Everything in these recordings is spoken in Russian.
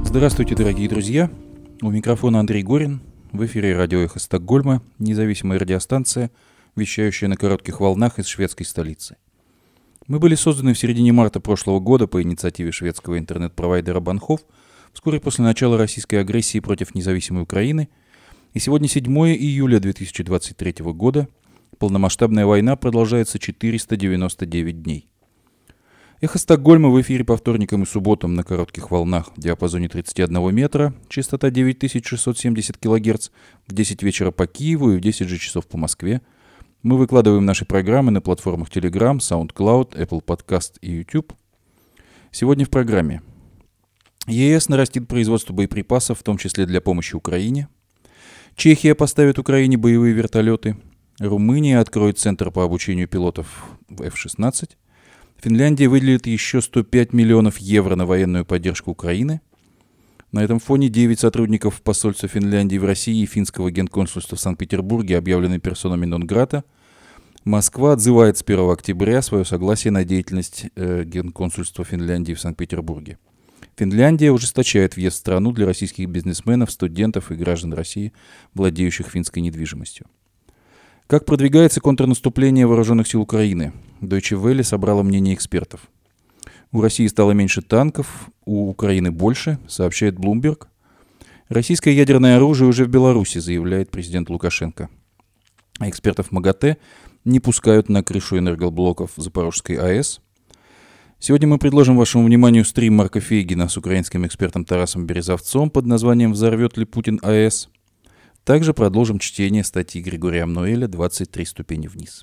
Здравствуйте, дорогие друзья! У микрофона Андрей Горин. В эфире радио «Эхо Стокгольма», независимая радиостанция, вещающая на коротких волнах из шведской столицы. Мы были созданы в середине марта прошлого года по инициативе шведского интернет-провайдера Банхов, вскоре после начала российской агрессии против независимой Украины, и сегодня 7 июля 2023 года, полномасштабная война продолжается 499 дней. «Эхо Стокгольма» в эфире по вторникам и субботам на коротких волнах в диапазоне 31 метра, частота 9670 кГц, в 10 вечера по Киеву и в 10 же часов по Москве. Мы выкладываем наши программы на платформах Telegram, SoundCloud, Apple Podcast и YouTube. Сегодня в программе. ЕС нарастит производство боеприпасов, в том числе для помощи Украине. Чехия поставит Украине боевые вертолеты. Румыния откроет центр по обучению пилотов в F-16. Финляндия выделит еще 105 миллионов евро на военную поддержку Украины. На этом фоне 9 сотрудников посольства Финляндии в России и финского генконсульства в Санкт-Петербурге объявлены персонами нон-грата. Москва отзывает с 1 октября свое согласие на деятельность генконсульства Финляндии в Санкт-Петербурге. Финляндия ужесточает въезд в страну для российских бизнесменов, студентов и граждан России, владеющих финской недвижимостью. Как продвигается контрнаступление вооруженных сил Украины? Deutsche Welle собрала мнение экспертов. У России стало меньше танков, у Украины больше, сообщает Bloomberg. Российское ядерное оружие уже в Беларуси, заявляет президент Лукашенко. А экспертов МАГАТЭ не пускают на крышу энергоблоков Запорожской АЭС. Сегодня мы предложим вашему вниманию стрим Марка Фейгина с украинским экспертом Тарасом Березовцом под названием «Взорвет ли Путин АЭС?». Также продолжим чтение статьи Григория Амнуэля «23 ступени вниз».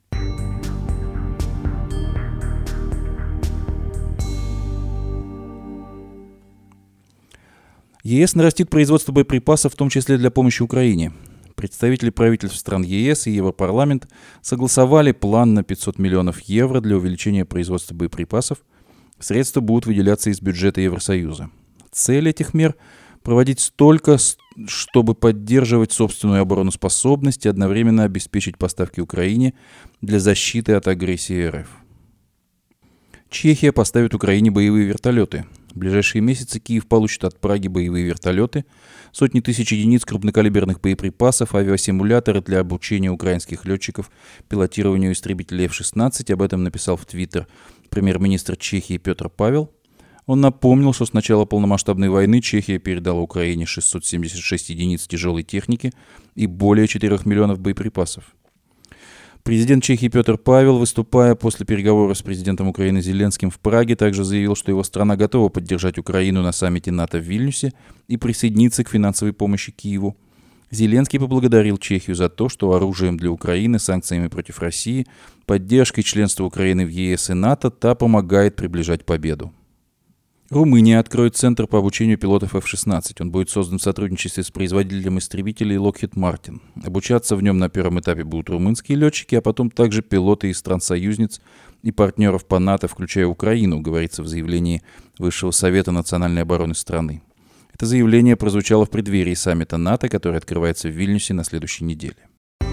ЕС нарастит производство боеприпасов, в том числе для помощи Украине. Представители правительств стран ЕС и Европарламент согласовали план на 500 миллионов евро для увеличения производства боеприпасов. Средства будут выделяться из бюджета Евросоюза. Цель этих мер – проводить столько, чтобы поддерживать собственную обороноспособность и одновременно обеспечить поставки Украине для защиты от агрессии РФ. Чехия поставит Украине боевые вертолеты. В ближайшие месяцы Киев получит от Праги боевые вертолеты, сотни тысяч единиц крупнокалиберных боеприпасов, авиасимуляторы для обучения украинских летчиков пилотированию истребителей F-16. Об этом написал в Твиттер премьер-министр Чехии Петр Павел. Он напомнил, что с начала полномасштабной войны Чехия передала Украине 676 единиц тяжелой техники и более 4 миллионов боеприпасов. Президент Чехии Петр Павел, выступая после переговоров с президентом Украины Зеленским в Праге, также заявил, что его страна готова поддержать Украину на саммите НАТО в Вильнюсе и присоединиться к финансовой помощи Киеву. Зеленский поблагодарил Чехию за то, что оружием для Украины, санкциями против России, поддержкой членства Украины в ЕС и НАТО та помогает приближать победу. Румыния откроет центр по обучению пилотов F-16. Он будет создан в сотрудничестве с производителем истребителей Lockheed Martin. Обучаться в нем на первом этапе будут румынские летчики, а потом также пилоты из стран-союзниц и партнеров по НАТО, включая Украину, говорится в заявлении Высшего совета национальной обороны страны. Это заявление прозвучало в преддверии саммита НАТО, который открывается в Вильнюсе на следующей неделе.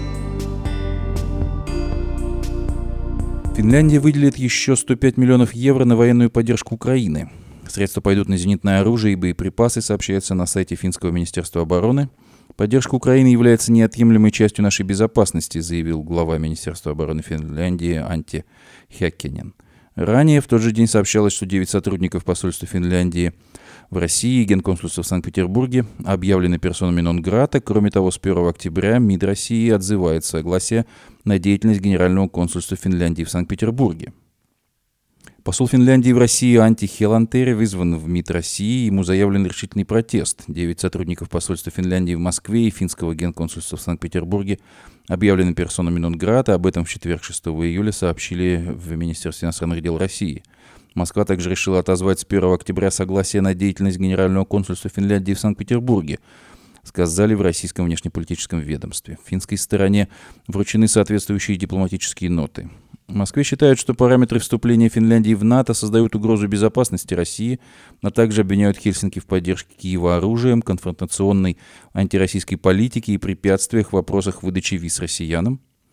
Финляндия выделит еще 105 миллионов евро на военную поддержку Украины. Средства пойдут на зенитное оружие и боеприпасы, сообщается на сайте Финского министерства обороны. Поддержка Украины является неотъемлемой частью нашей безопасности, заявил глава Министерства обороны Финляндии Анtti Häkkänen. Ранее в тот же день сообщалось, что 9 сотрудников посольства Финляндии в России и генконсульства в Санкт-Петербурге объявлены персонами нон-грата. Кроме того, с 1 октября МИД России отзывает согласие на деятельность Генерального консульства Финляндии в Санкт-Петербурге. Посол Финляндии в России Анtti Хелантери вызван в МИД России, ему заявлен решительный протест. 9 сотрудников посольства Финляндии в Москве и финского генконсульства в Санкт-Петербурге объявлены персонами нон-грата. Об этом в четверг, 6 июля, сообщили в Министерстве иностранных дел России. Москва также решила отозвать с 1 октября согласие на деятельность Генерального консульства Финляндии в Санкт-Петербурге, сказали в российском внешнеполитическом ведомстве. Финской стороне вручены соответствующие дипломатические ноты. В Москве считают, что параметры вступления Финляндии в НАТО создают угрозу безопасности России, а также обвиняют Хельсинки в поддержке Киева оружием, конфронтационной антироссийской политике и препятствиях в вопросах выдачи виз россиянам.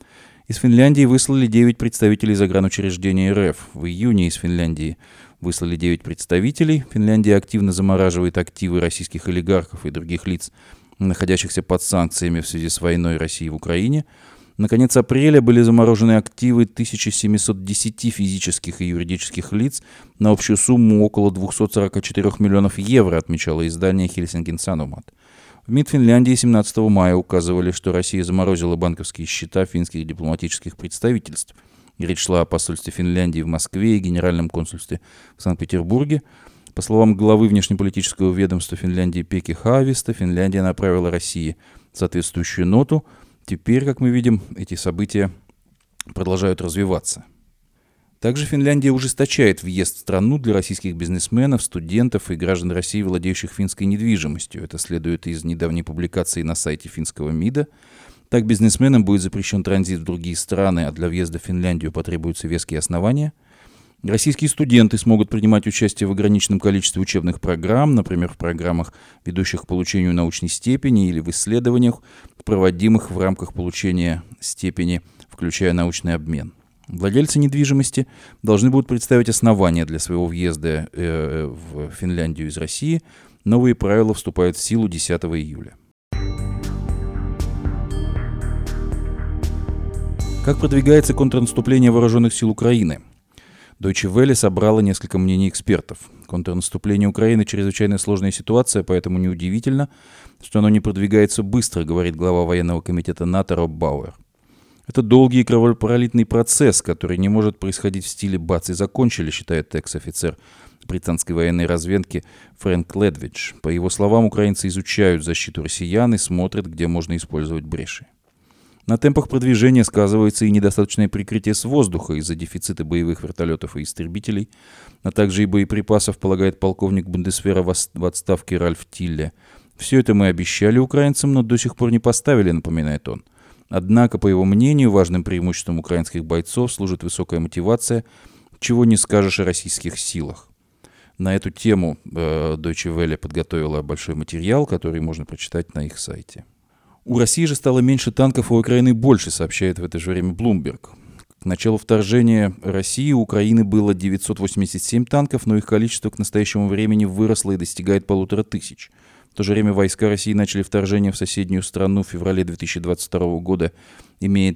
Из Финляндии выслали 9 представителей загранучреждений РФ. В июне из Финляндии выслали 9 представителей. Финляндия активно замораживает активы российских олигархов и других лиц, находящихся под санкциями в связи с войной России в Украине. На конец апреля были заморожены активы 1710 физических и юридических лиц на общую сумму около 244 миллионов евро, отмечало издание Helsingin Sanomat. В МИД Финляндии 17 мая указывали, что Россия заморозила банковские счета финских дипломатических представительств. Речь шла о посольстве Финляндии в Москве и Генеральном консульстве в Санкт-Петербурге. По словам главы внешнеполитического ведомства Финляндии Пеки Хааvisto, Финляндия направила России соответствующую ноту. Теперь, как мы видим, эти события продолжают развиваться. Также Финляндия ужесточает въезд в страну для российских бизнесменов, студентов и граждан России, владеющих финской недвижимостью. Это следует из недавней публикации на сайте финского МИДа. Так бизнесменам будет запрещен транзит в другие страны, а для въезда в Финляндию потребуются веские основания. Российские студенты смогут принимать участие в ограниченном количестве учебных программ, например, в программах, ведущих к получению научной степени, или в исследованиях, проводимых в рамках получения степени, включая научный обмен. Владельцы недвижимости должны будут представить основания для своего въезда в Финляндию из России. Новые правила вступают в силу 10 июля. Как продвигается контрнаступление вооруженных сил Украины? Deutsche Welle собрала несколько мнений экспертов. Контрнаступление Украины – чрезвычайно сложная ситуация, поэтому неудивительно, что оно не продвигается быстро, говорит глава военного комитета НАТО Роб Бауэр. Это долгий и кровопролитный процесс, который не может происходить в стиле «бац и закончили», считает экс-офицер британской военной разведки Фрэнк Ледвидж. По его словам, украинцы изучают защиту россиян и смотрят, где можно использовать бреши. На темпах продвижения сказывается и недостаточное прикрытие с воздуха из-за дефицита боевых вертолетов и истребителей, а также и боеприпасов, полагает полковник Бундесвера в отставке Ральф Тилле. Все это мы обещали украинцам, но до сих пор не поставили, напоминает он. Однако, по его мнению, важным преимуществом украинских бойцов служит высокая мотивация, чего не скажешь о российских силах. На эту тему Deutsche Welle подготовила большой материал, который можно прочитать на их сайте. У России же стало меньше танков, а у Украины больше, сообщает в это же время Bloomberg. К началу вторжения России у Украины было 987 танков, но их количество к настоящему времени выросло и достигает 1500. В то же время войска России начали вторжение в соседнюю страну в феврале 2022 года, имея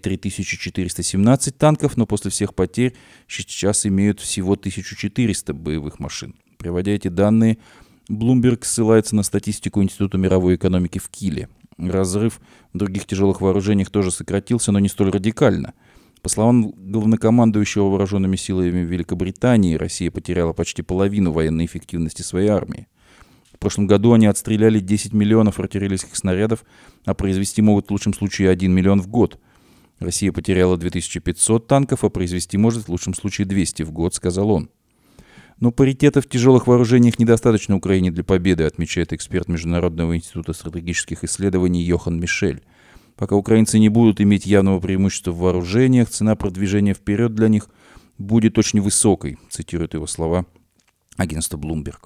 3417 танков, но после всех потерь сейчас имеют всего 1400 боевых машин. Приводя эти данные, Bloomberg ссылается на статистику Института мировой экономики в Киле. Разрыв в других тяжелых вооружениях тоже сократился, но не столь радикально. По словам главнокомандующего вооруженными силами Великобритании, Россия потеряла почти половину военной эффективности своей армии. В прошлом году они отстреляли 10 миллионов артиллерийских снарядов, а произвести могут в лучшем случае 1 миллион в год. Россия потеряла 2500 танков, а произвести может в лучшем случае 200 в год, сказал он. Но паритета в тяжелых вооружениях недостаточно Украине для победы, отмечает эксперт Международного института стратегических исследований Йохан Мишель. Пока украинцы не будут иметь явного преимущества в вооружениях, цена продвижения вперед для них будет очень высокой, цитирует его слова агентство Bloomberg.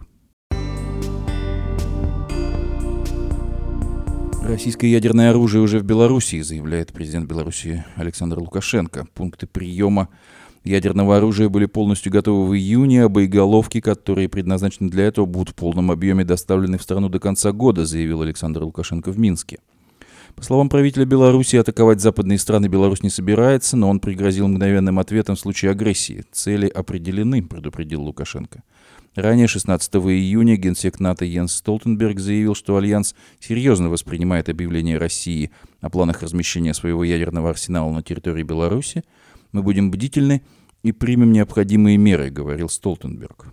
Российское ядерное оружие уже в Белоруссии, заявляет президент Беларуси Александр Лукашенко. Пункты приема ядерного оружия были полностью готовы в июне, а боеголовки, которые предназначены для этого, будут в полном объеме доставлены в страну до конца года, заявил Александр Лукашенко в Минске. По словам правителя Беларуси, атаковать западные страны Беларусь не собирается, но он пригрозил мгновенным ответом в случае агрессии. Цели определены, предупредил Лукашенко. Ранее, 16 июня, генсек НАТО Йенс Столтенберг заявил, что Альянс серьезно воспринимает объявление России о планах размещения своего ядерного арсенала на территории Беларуси. «Мы будем бдительны и примем необходимые меры», — говорил Столтенберг.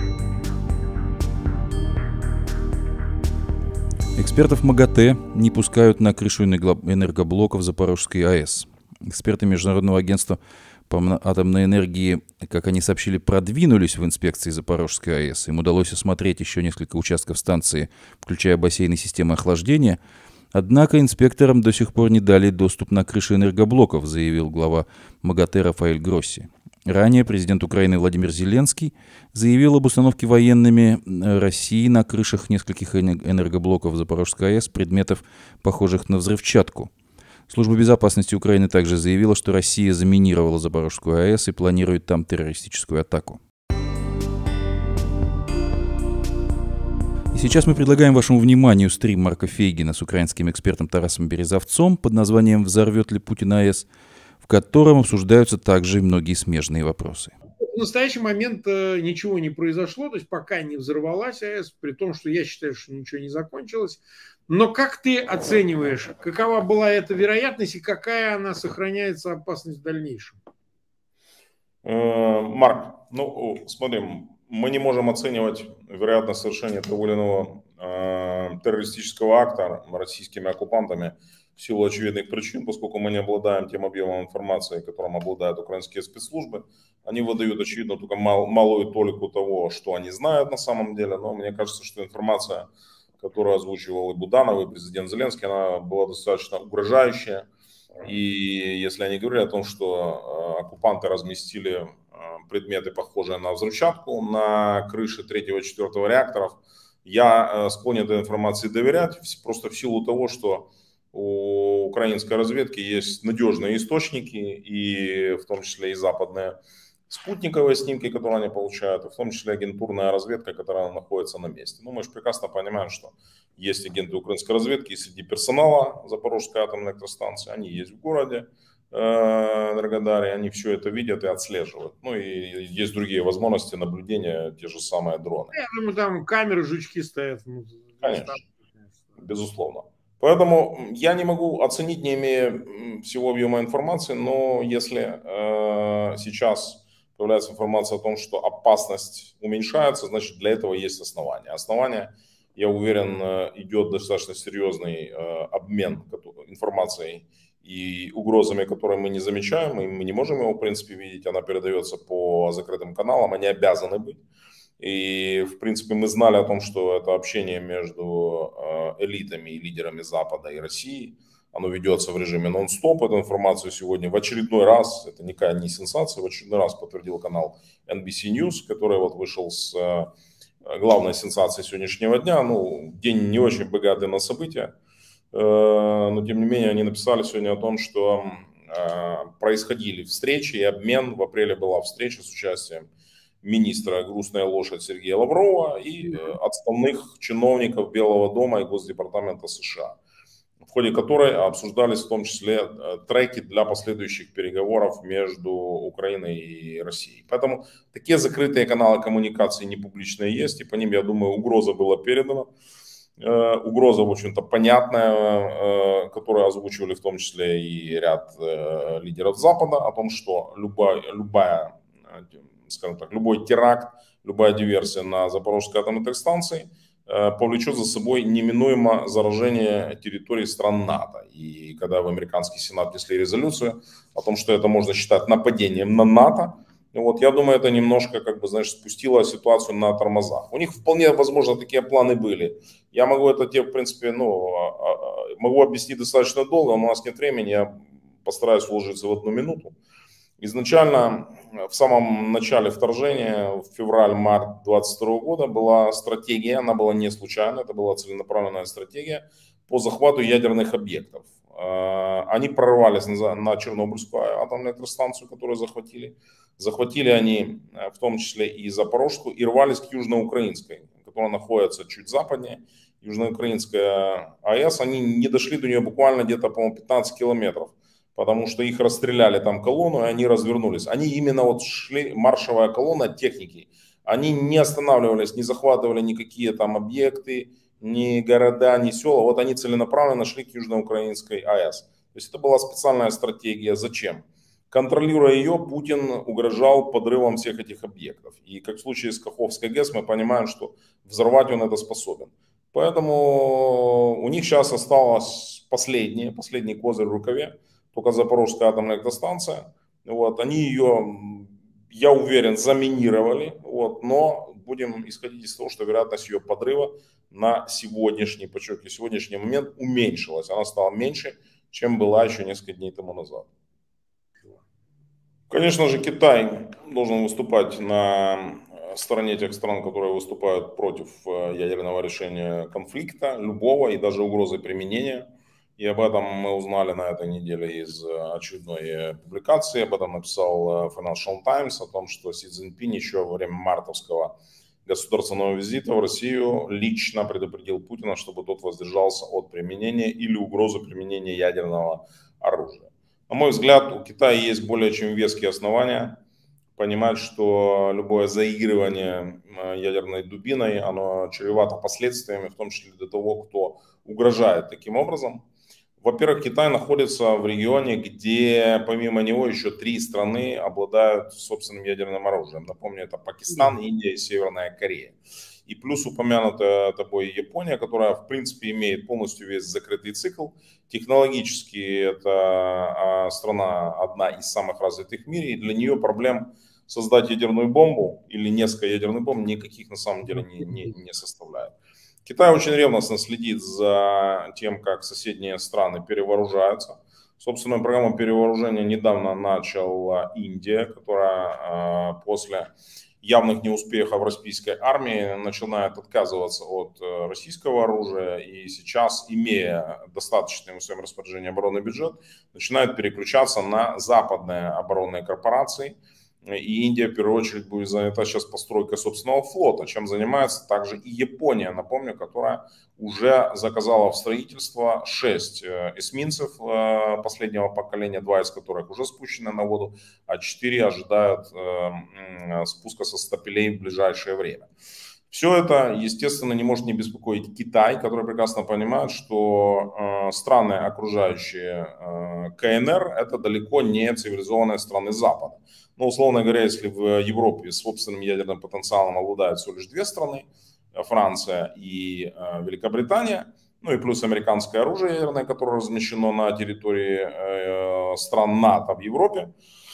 Экспертов МАГАТЭ не пускают на крышу энергоблоков Запорожской АЭС. Эксперты Международного агентства по атомной энергии, как они сообщили, продвинулись в инспекции Запорожской АЭС. Им удалось осмотреть еще несколько участков станции, включая бассейны системы охлаждения. Однако инспекторам до сих пор не дали доступ на крыши энергоблоков, заявил глава МАГАТЭ Рафаэль Гросси. Ранее президент Украины Владимир Зеленский заявил об установке военными России на крышах нескольких энергоблоков Запорожской АЭС предметов, похожих на взрывчатку. Служба безопасности Украины также заявила, что Россия заминировала Запорожскую АЭС и планирует там террористическую атаку. И сейчас мы предлагаем вашему вниманию стрим Марка Фейгина с украинским экспертом Тарасом Березовцом под названием «Взорвет ли Путин АЭС?», в котором обсуждаются также многие смежные вопросы. В настоящий момент ничего не произошло, то есть пока не взорвалась АЭС, при том, что я считаю, что ничего не закончилось. Но как ты оцениваешь, какова была эта вероятность и какая она сохраняется опасность в дальнейшем? Марк, смотрим, мы не можем оценивать вероятность совершения того или иного террористического акта российскими оккупантами в силу очевидных причин, поскольку мы не обладаем тем объемом информации, которым обладают украинские спецслужбы. Они выдают, очевидно, только малую толику того, что они знают на самом деле. Но мне кажется, что информация, которую озвучивал и Буданов, и президент Зеленский, она была достаточно угрожающая. И если они говорили о том, что оккупанты разместили предметы, похожие на взрывчатку, на крыше 3-4 реакторов, я склонен этой информации доверять, просто в силу того, что у украинской разведки есть надежные источники, и в том числе и западные спутниковые снимки, которые они получают, и в том числе агентурная разведка, которая находится на месте. Мы же прекрасно понимаем, что есть агенты украинской разведки и среди персонала Запорожской атомной электростанции, они есть в городе Энергодаре, они все это видят и отслеживают. И есть другие возможности наблюдения, те же самые дроны. Я думаю, там камеры, жучки стоят. Конечно, безусловно. Поэтому я не могу оценить, не имея всего объема информации, но если сейчас появляется информация о том, что опасность уменьшается, значит для этого есть основания. Основания, я уверен, идет достаточно серьезный обмен информацией и угрозами, которые мы не замечаем, и мы не можем его в принципе видеть, она передается по закрытым каналам, они обязаны быть. И, в принципе, мы знали о том, что это общение между элитами и лидерами Запада и России, оно ведется в режиме нон-стоп. Эту информацию сегодня в очередной раз, это никакая не сенсация, в очередной раз подтвердил канал NBC News, который вышел с главной сенсацией сегодняшнего дня. День не очень богатый на события, но, тем не менее, они написали сегодня о том, что происходили встречи и обмен. В апреле была встреча с участием министра «Грустная лошадь» Сергея Лаврова и отставных чиновников Белого дома и Госдепартамента США, в ходе которой обсуждались в том числе треки для последующих переговоров между Украиной и Россией. Поэтому такие закрытые каналы коммуникации непубличные есть, и по ним, я думаю, угроза была передана. Угроза, в общем-то, понятная, которую озвучивали в том числе и ряд лидеров Запада, о том, что любой теракт, любая диверсия на Запорожской атомной электростанции повлечет за собой неминуемо заражение территории стран НАТО. И когда в американский Сенат внесли резолюцию о том, что это можно считать нападением на НАТО, я думаю, это немножко, спустило ситуацию на тормозах. У них вполне возможно такие планы были. Я могу это, в принципе, могу объяснить достаточно долго, но у нас нет времени, я постараюсь уложиться в 1 минуту. Изначально, в самом начале вторжения, в февраль-март 2022 года, была стратегия, она была не случайна, это была целенаправленная стратегия по захвату ядерных объектов. Они прорвались на Чернобыльскую атомную электростанцию, которую захватили. Захватили они в том числе и Запорожскую, и рвались к Южноукраинской, которая находится чуть западнее. Южноукраинская АЭС, они не дошли до нее буквально где-то, по-моему, 15 километров. Потому что их расстреляли там колонну, и они развернулись. Они именно шли, маршевая колонна техники. Они не останавливались, не захватывали никакие там объекты, ни города, ни села. Они целенаправленно шли к Южноукраинской АЭС. То есть это была специальная стратегия. Зачем? Контролируя ее, Путин угрожал подрывом всех этих объектов. И как в случае с Каховской ГЭС мы понимаем, что взорвать он это способен. Поэтому у них сейчас осталось последний козырь в рукаве. Только Запорожская атомная электростанция. Они ее, я уверен, заминировали. Но будем исходить из того, что вероятность ее подрыва на сегодняшний момент уменьшилась. Она стала меньше, чем была еще несколько дней тому назад. Конечно же, Китай должен выступать на стороне тех стран, которые выступают против ядерного решения конфликта, любого, и даже угрозы применения И об этом мы узнали на этой неделе из очередной публикации. Об этом написал Financial Times, о том, что Си Цзиньпин еще во время мартовского государственного визита в Россию лично предупредил Путина, чтобы тот воздержался от применения или угрозы применения ядерного оружия. На мой взгляд, у Китая есть более чем веские основания понимать, что любое заигрывание ядерной дубиной, оно чревато последствиями, в том числе для того, кто угрожает таким образом. Во-первых, Китай находится в регионе, где помимо него еще 3 страны обладают собственным ядерным оружием. Напомню, это Пакистан, Индия и Северная Корея. И плюс упомянутая тобой Япония, которая в принципе имеет полностью весь закрытый цикл. Технологически это страна одна из самых развитых в мире, и для нее проблем создать ядерную бомбу или несколько ядерных бомб никаких на самом деле не составляет. Китай очень ревностно следит за тем, как соседние страны перевооружаются. Собственную программу перевооружения недавно начала Индия, которая после явных неуспехов российской армии начинает отказываться от российского оружия и сейчас, имея достаточный в своем распоряжении оборонный бюджет, начинает переключаться на западные оборонные корпорации. И Индия, в первую очередь, будет занята сейчас постройкой собственного флота, чем занимается также и Япония, напомню, которая уже заказала в строительство 6 эсминцев последнего поколения, 2 из которых уже спущены на воду, а 4 ожидают спуска со стапелей в ближайшее время. Все это, естественно, не может не беспокоить Китай, который прекрасно понимает, что страны, окружающие КНР, это далеко не цивилизованные страны Запада. Но, условно говоря, если в Европе собственным ядерным потенциалом обладают всего лишь 2 страны, Франция и Великобритания, ну и плюс американское оружие ядерное, которое размещено на территории стран НАТО в Европе,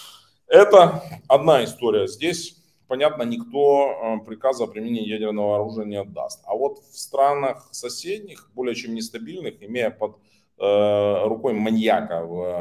это одна история. Здесь, понятно, никто приказа о применении ядерного оружия не отдаст. А вот в странах соседних, более чем нестабильных, имея под рукой маньяка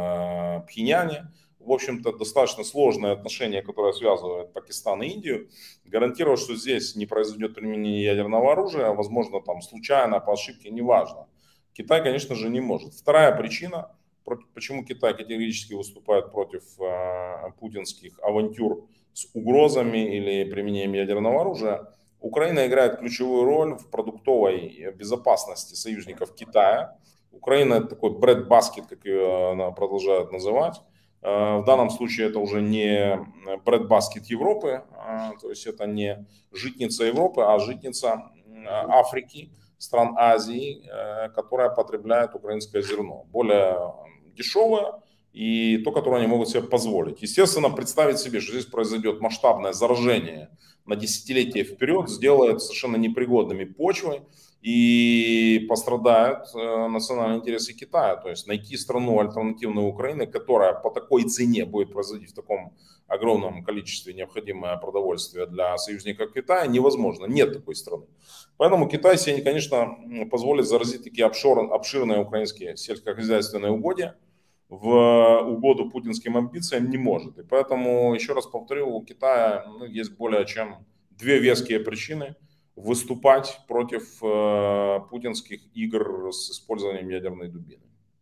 в Пхеньяне, в общем-то, достаточно сложные отношения, которые связывают Пакистан и Индию, гарантировать, что здесь не произойдет применение ядерного оружия, возможно, там случайно, по ошибке, неважно. Китай, конечно же, не может. Вторая причина, почему Китай категорически выступает против путинских авантюр с угрозами или применением ядерного оружия. Украина играет ключевую роль в продуктовой безопасности союзников Китая. Украина — это такой breadbasket, как ее продолжают называть. В данном случае это уже не breadbasket Европы, то есть это не житница Европы, а житница Африки, стран Азии, которая потребляет украинское зерно. Более дешевое и то, которое они могут себе позволить. Естественно, представить себе, что здесь произойдет масштабное заражение на десятилетия вперед, сделает совершенно непригодными почвы и пострадают национальные интересы Китая. То есть найти страну альтернативную Украины, которая по такой цене будет производить в таком огромном количестве необходимое продовольствие для союзников Китая, невозможно. Нет такой страны. Поэтому Китай себе, конечно, позволит заразить такие обширные украинские сельскохозяйственные угодья в угоду путинским амбициям не может. И поэтому, еще раз повторю, у Китая есть более чем 2 веские причины выступать против путинских игр с использованием ядерной дубины.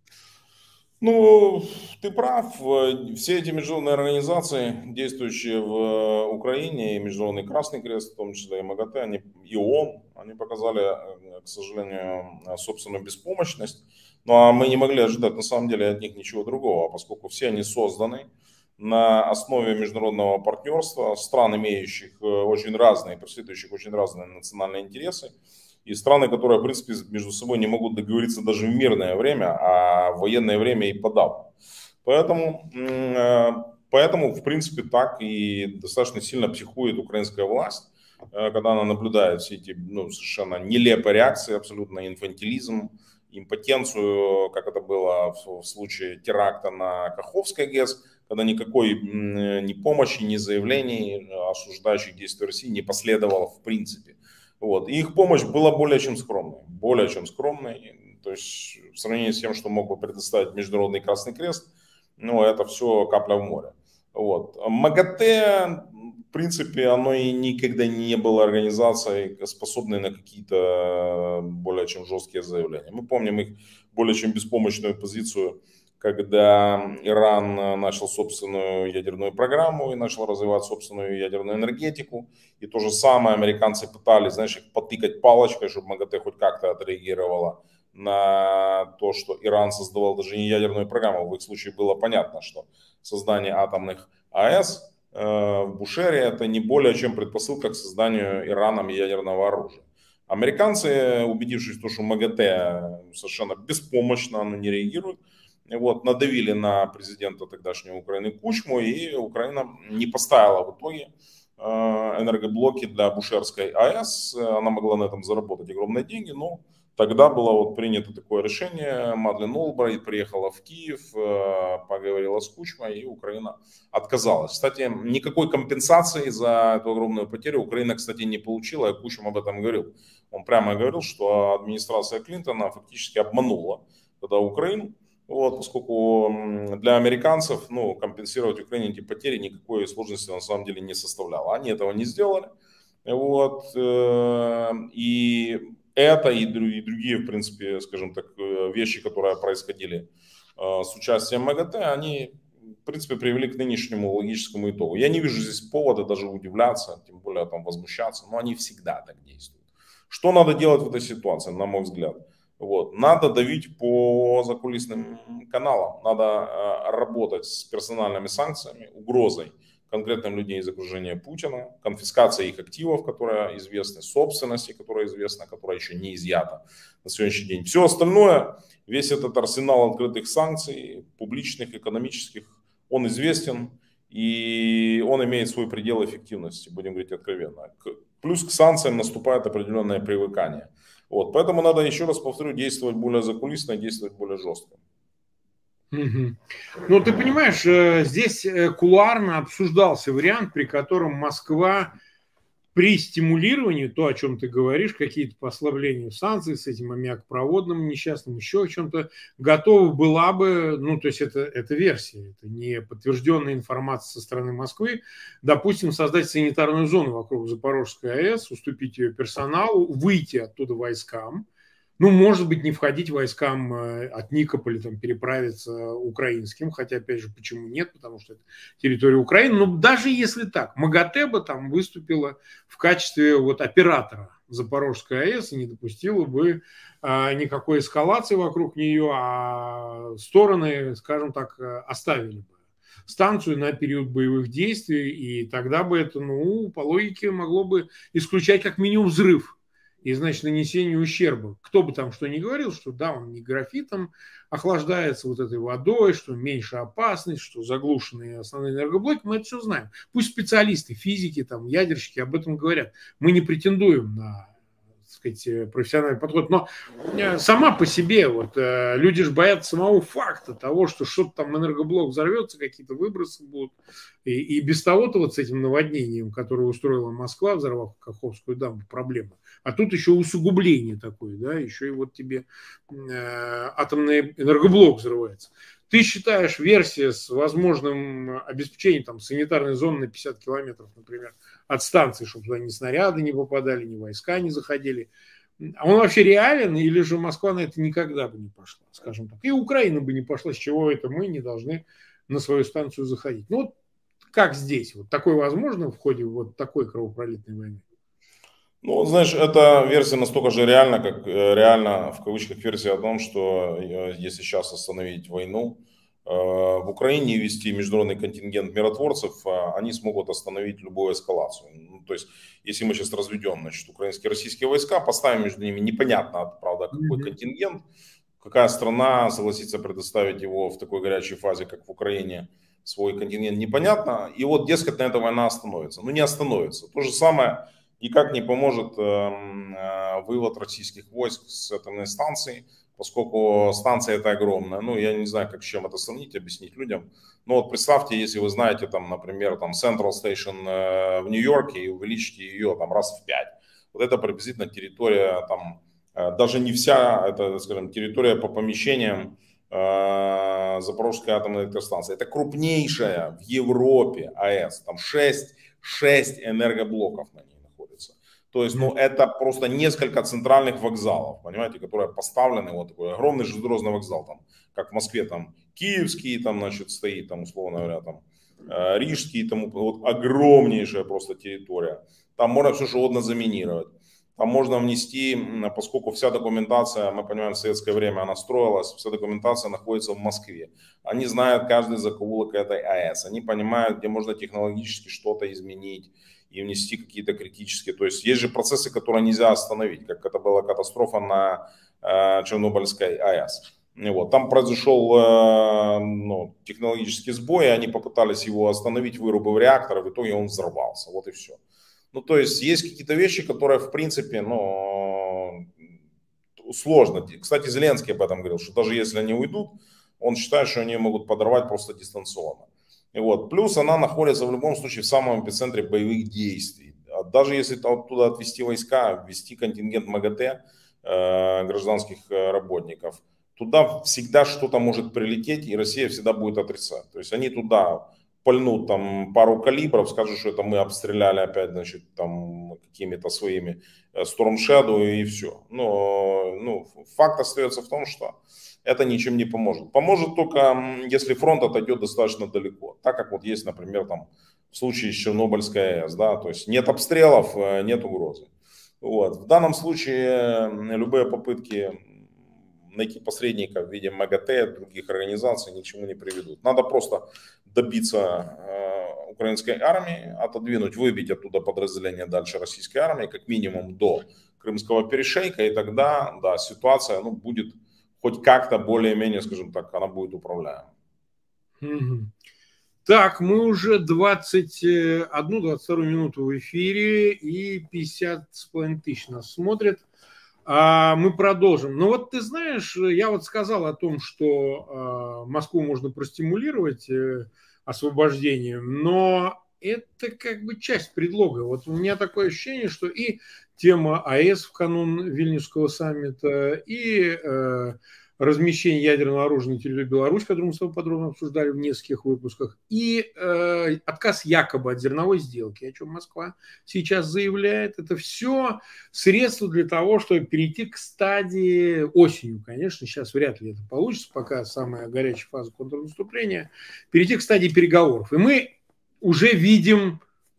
Ну, ты прав. Все эти международные организации, действующие в Украине, и Международный Красный Крест, в том числе и МАГАТЭ, и ООН, они показали, к сожалению, собственную беспомощность. Но мы не могли ожидать, на самом деле, от них ничего другого, поскольку все они созданы на основе международного партнерства стран, имеющих очень разные, преследующих очень разные национальные интересы. И страны, которые, в принципе, между собой не могут договориться даже в мирное время, а в военное время и подавно. Поэтому, в принципе, так и достаточно сильно психует украинская власть, когда она наблюдает все эти совершенно нелепые реакции, абсолютно инфантилизм, импотенцию, как это было в случае теракта на Каховской ГЭС, когда никакой ни помощи, ни заявлений, осуждающих действия России не последовало в принципе. Вот. И их помощь была более чем скромной, то есть в сравнении с тем, что мог бы предоставить Международный Красный Крест, это все капля в море. Вот. МАГАТЭ принципе, оно и никогда не было организацией, способной на какие-то более чем жесткие заявления. Мы помним их более чем беспомощную позицию, когда Иран начал собственную ядерную программу и начал развивать собственную ядерную энергетику. И то же самое американцы пытались, знаешь, их потыкать палочкой, чтобы МАГАТЭ хоть как-то отреагировала на то, что Иран создавал даже не ядерную программу. В их случае было понятно, что создание атомных АЭС в Бушере это не более чем предпосылка к созданию Ираном ядерного оружия. Американцы, убедившись в том, что МАГАТЭ совершенно беспомощно, оно не реагирует, вот, надавили на президента тогдашней Украины Кучму, и Украина не поставила в итоге энергоблоки для Бушерской АЭС. Она могла на этом заработать огромные деньги, но тогда было вот принято такое решение. Мадлен Олбрайт приехала в Киев, поговорила с Кучмой, и Украина отказалась. Кстати, никакой компенсации за эту огромную потерю Украина, кстати, не получила, и Кучма об этом говорил. Он прямо говорил, что администрация Клинтона фактически обманула тогда Украину. Вот, поскольку для американцев компенсировать Украине эти потери никакой сложности на самом деле не составляло. Они этого не сделали. Вот, и это и другие, в принципе, скажем так, вещи, которые происходили с участием МАГАТЭ, они, в принципе, привели к нынешнему логическому итогу. Я не вижу здесь повода даже удивляться, тем более там возмущаться, но они всегда так действуют. Что надо делать в этой ситуации, на мой взгляд? Вот. Надо давить по закулисным каналам, надо работать с персональными санкциями, угрозой конкретным людей из окружения Путина, конфискация их активов, которая известна, собственности, которая известна, которая еще не изъята на сегодняшний день. Все остальное, весь этот арсенал открытых санкций, публичных, экономических, он известен и он имеет свой предел эффективности, будем говорить откровенно. Плюс к санкциям наступает определенное привыкание. Вот, поэтому надо, еще раз повторю, действовать более закулисно, действовать более жестко. Ну, ты понимаешь, здесь кулуарно обсуждался вариант, при котором Москва при стимулировании, то, о чем ты говоришь, какие-то послабления санкций с этим аммиакопроводным несчастным, еще о чем-то, готова была бы, ну, то есть это версия, это не подтвержденная информация со стороны Москвы, допустим, создать санитарную зону вокруг Запорожской АЭС, уступить ее персоналу, выйти оттуда войскам, ну, может быть, не входить войскам от Никополя, там, переправиться украинским, хотя, опять же, почему нет, потому что это территория Украины. Но даже если так, МАГАТЭ бы там выступила в качестве вот оператора Запорожской АЭС и не допустила бы никакой эскалации вокруг нее, а стороны, скажем так, оставили бы станцию на период боевых действий, и тогда бы это, ну, по логике могло бы исключать как минимум взрыв и, значит, нанесение ущерба. Кто бы там что ни говорил, что да, он не графитом охлаждается вот этой водой, что меньше опасность, что заглушенные основные энергоблоки, мы это все знаем. Пусть специалисты, физики, там, ядерщики об этом говорят. Мы не претендуем на, так сказать, профессиональный подход, но сама по себе вот люди же боятся самого факта того, что что-то там энергоблок взорвется, какие-то выбросы будут. И без того-то вот с этим наводнением, которое устроила Москва, взорвав Каховскую дамбу, проблема. А тут еще усугубление такое, да, еще и вот тебе атомный энергоблок взрывается. Ты считаешь, версия с возможным обеспечением там, санитарной зоны на 50 километров, например, от станции, чтобы туда ни снаряды не попадали, ни войска не заходили, он вообще реален, или же Москва на это никогда бы не пошла, скажем так. И Украина бы не пошла, с чего это мы не должны на свою станцию заходить. Ну вот как здесь? Вот такое возможно в ходе вот такой кровопролитной войны? Ну, знаешь, эта версия настолько же реальна, как реально, в кавычках, версия о том, что если сейчас остановить войну, в Украине ввести международный контингент миротворцев, они смогут остановить любую эскалацию. Ну, то есть, если мы сейчас разведем, значит, украинские и российские войска, поставим между ними непонятно, правда, какой контингент, какая страна согласится предоставить его в такой горячей фазе, как в Украине, свой контингент, непонятно. И вот, дескать, на этом война остановится. Ну, не остановится. То же самое никак не поможет вывод российских войск с атомной станции, поскольку станция это огромная. Ну, я не знаю, как с чем это сравнить, объяснить людям. Но вот представьте, если вы знаете, там, например, там Central Station в Нью-Йорке и увеличите ее там раз в 5. Вот это приблизительно территория, там, даже не вся, это, скажем, территория по помещениям Запорожской атомной электростанции. Это крупнейшая в Европе АЭС. Там 6 6 энергоблоков на ней находится. То есть, ну, это просто несколько центральных вокзалов, понимаете, которые поставлены, вот такой огромный железнодорожный вокзал, там, как в Москве, там, Киевский, там, значит, стоит, там, условно говоря, там, Рижский, там, вот огромнейшая просто территория. Там можно все что угодно заминировать. Там можно внести, поскольку вся документация, мы понимаем, в советское время она строилась, вся документация находится в Москве. Они знают каждый закоулок этой АЭС. Они понимают, где можно технологически что-то изменить и внести какие-то критические. То есть есть же процессы, которые нельзя остановить, как это была катастрофа на Чернобыльской АЭС. Вот. Там произошел технологический сбой, и они попытались его остановить, вырубив реактор, и в итоге он взорвался. Вот и все. Ну, то есть есть какие-то вещи, которые, в принципе, сложно. Кстати, Зеленский об этом говорил, что даже если они уйдут, он считает, что они могут подорвать просто дистанционно. И вот. Плюс она находится в любом случае в самом эпицентре боевых действий. Даже если оттуда отвести войска, ввести контингент МАГАТЭ, гражданских работников, туда всегда что-то может прилететь, и Россия всегда будет отрицать. То есть они туда пальнут там пару калибров, скажут, что это мы обстреляли опять, значит, там какими-то своими Storm Shadow и все. Но факт остается в том, что это ничем не поможет. Поможет только, если фронт отойдет достаточно далеко. Так как вот есть, например, там в случае с Чернобыльской АЭС, да, то есть нет обстрелов, нет угрозы. Вот. В данном случае любые попытки найти посредника в виде МАГАТЭ, других организаций ни к чему не приведут. Надо просто добиться украинской армии, отодвинуть, выбить оттуда подразделения дальше российской армии, как минимум до Крымского перешейка, и тогда, да, ситуация, будет хоть как-то более-менее, скажем так, она будет управляема. Так, мы уже 21-22 минуту в эфире, и 50,5 тысяч нас смотрят. Мы продолжим. Но вот ты знаешь, я вот сказал о том, что Москву можно простимулировать освобождением, но это как бы часть предлога. Вот у меня такое ощущение, что и тема АЭС в канун Вильнюсского саммита, и размещение ядерного оружия на территории Беларуси, которое мы с тобой подробно обсуждали в нескольких выпусках, и отказ якобы от зерновой сделки, о чем Москва сейчас заявляет, это все средства для того, чтобы перейти к стадии осенью, конечно, сейчас вряд ли это получится, пока самая горячая фаза контрнаступления, перейти к стадии переговоров. И мы уже видим,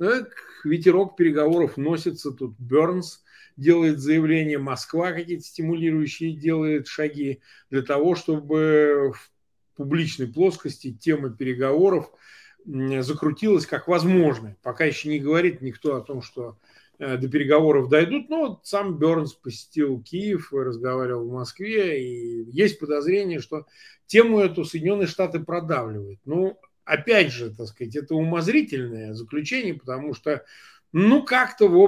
ветерок переговоров носится, тут Бернс делает заявление, Москва какие-то стимулирующие делает шаги для того, чтобы в публичной плоскости тема переговоров закрутилась как возможно. Пока еще не говорит никто о том, что до переговоров дойдут, но вот сам Бернс посетил Киев, разговаривал в Москве, и есть подозрение, что тему эту Соединенные Штаты продавливают. Опять же, так сказать, это умозрительное заключение, потому что как-то, в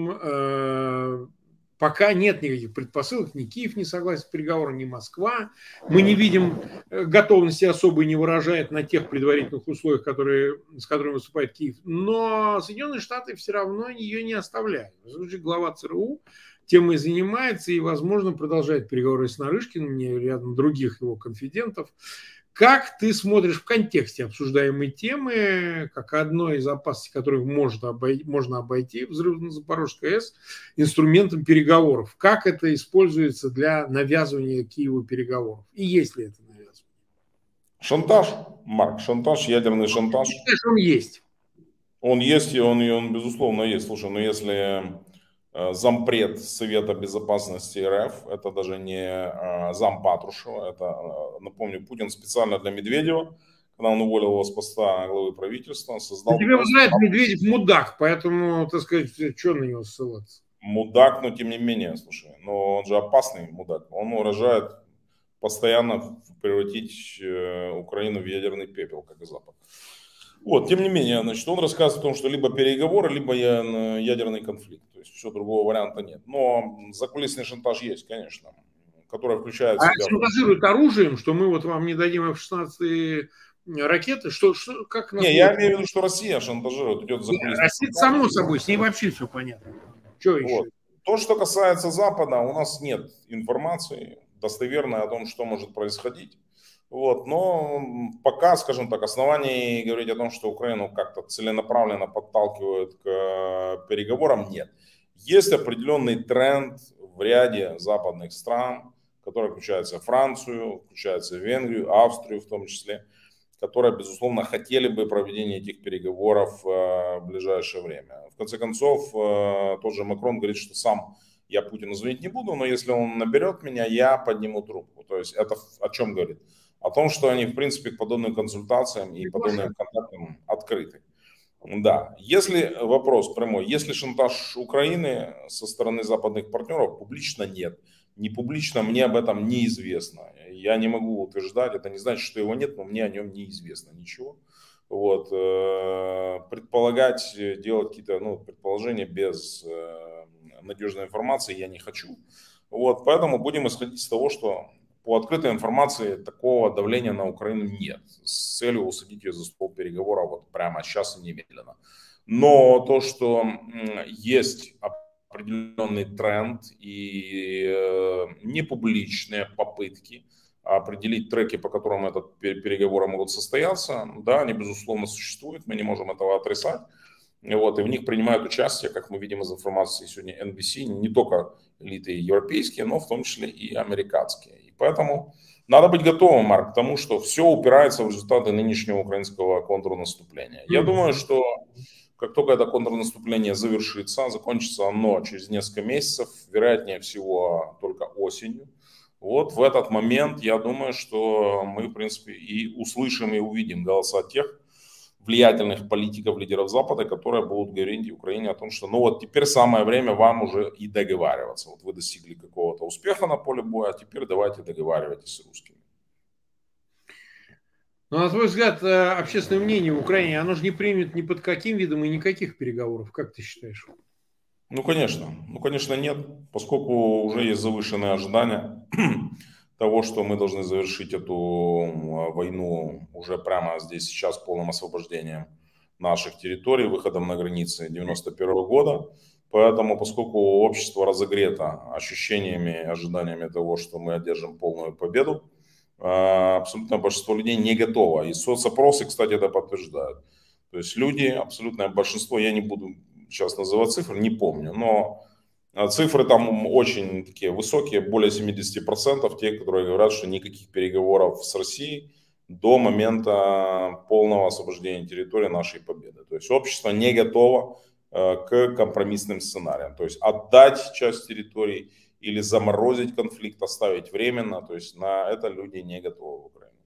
общем, пока нет никаких предпосылок, ни Киев не согласен с переговором, ни Москва. Мы не видим готовности особой, не выражает на тех предварительных условиях, с которыми выступает Киев. Но Соединенные Штаты все равно ее не оставляют. В случае глава ЦРУ темой занимается и, возможно, продолжает переговоры с Нарышкиным и рядом других его конфидентов. Как ты смотришь в контексте обсуждаемой темы, как одной из опасностей, которых можно обойти взрыв на Запорожской АЭС, инструментом переговоров? Как это используется для навязывания Киеву переговоров? И есть ли это навязывание? Шантаж, Марк, шантаж, ядерный шантаж. Он есть. Он есть, и он безусловно есть. Слушай, если зампред Совета Безопасности РФ, это даже не зам Патрушева, это, напомню, Путин специально для Медведева, когда он уволил его с поста главы правительства, создал... Тебе знает, Медведев мудак, поэтому, так сказать, что на него ссылаться? Мудак, но тем не менее, слушай, но он же опасный мудак, он угрожает постоянно превратить Украину в ядерный пепел, как и Запад. Вот, тем не менее, значит, он рассказывает о том, что либо переговоры, либо ядерный конфликт. То есть все, другого варианта нет. Но закулисный шантаж есть, конечно, который включает в себя... шантажируют оружием, что мы вот вам не дадим F-16 ракеты? Как Не, я имею в виду, что Россия шантажирует, идет закулисный. Россия, само собой, с ней вообще все понятно. Что еще? Вот. То, что касается Запада, у нас нет информации достоверной о том, что может происходить. Вот, но пока, скажем так, оснований говорить о том, что Украину как-то целенаправленно подталкивают к переговорам, нет. Есть определенный тренд в ряде западных стран, который включается Францию, включается Венгрию, Австрию в том числе, которые, безусловно, хотели бы проведения этих переговоров в ближайшее время. В конце концов, тот же Макрон говорит, что сам я Путину звонить не буду, но если он наберет меня, я подниму трубку. То есть это о чем говорит? О том, что они, в принципе, к подобным консультациям и подобным контактам открыты. Да, если вопрос прямой, если шантаж Украины со стороны западных партнеров, публично нет. Не публично мне об этом неизвестно. Я не могу утверждать, это не значит, что его нет, но мне о нем неизвестно ничего. Вот. Предполагать, делать какие-то предположения без надежной информации я не хочу. Вот. Поэтому будем исходить из того, что по открытой информации такого давления на Украину нет. С целью усадить ее за стол переговоров вот прямо сейчас и немедленно. Но то, что есть определенный тренд и непубличные попытки определить треки, по которым этот переговоры могут состояться, да, они, безусловно, существуют, мы не можем этого отрицать. Вот, и в них принимают участие, как мы видим из информации сегодня NBC, не только элиты европейские, но в том числе и американские. И поэтому надо быть готовым, Марк, к тому, что все упирается в результаты нынешнего украинского контрнаступления. Я думаю, что как только это контрнаступление завершится, закончится оно через несколько месяцев, вероятнее всего только осенью. Вот в этот момент я думаю, что мы, в принципе, и услышим, и увидим голоса тех влиятельных политиков, лидеров Запада, которые будут говорить Украине о том, что ну вот теперь самое время вам уже и договариваться. Вот вы достигли какого-то успеха на поле боя, а теперь давайте договаривайтесь с русскими. Ну, на твой взгляд, общественное мнение в Украине, оно же не примет ни под каким видом и никаких переговоров, как ты считаешь? Ну, конечно нет, поскольку уже есть завышенные ожидания того, что мы должны завершить эту войну уже прямо здесь сейчас полным освобождением наших территорий, выходом на границы 91 года. Поэтому, поскольку общество разогрето ощущениями, ожиданиями того, что мы одержим полную победу, абсолютное большинство людей не готово. И соцопросы, кстати, это подтверждают. То есть люди, абсолютное большинство, я не буду сейчас называть цифры, не помню, но цифры там очень такие высокие, более 70% те, которые говорят, что никаких переговоров с Россией до момента полного освобождения территории нашей победы. То есть общество не готово к компромиссным сценариям. То есть отдать часть территории или заморозить конфликт, оставить временно. То есть на это люди не готовы в Украине.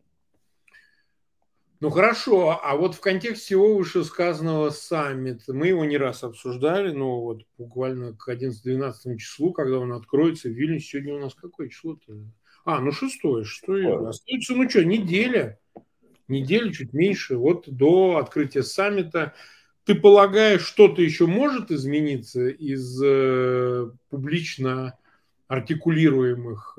Ну хорошо, а вот в контексте всего вышесказанного саммита, мы его не раз обсуждали, но вот буквально к 11-12 числу, когда он откроется в Вильнюсе, сегодня у нас какое число-то? Ну 6 остается, ну что, неделя, чуть меньше, вот до открытия саммита. Ты полагаешь, что-то еще может измениться из публично артикулируемых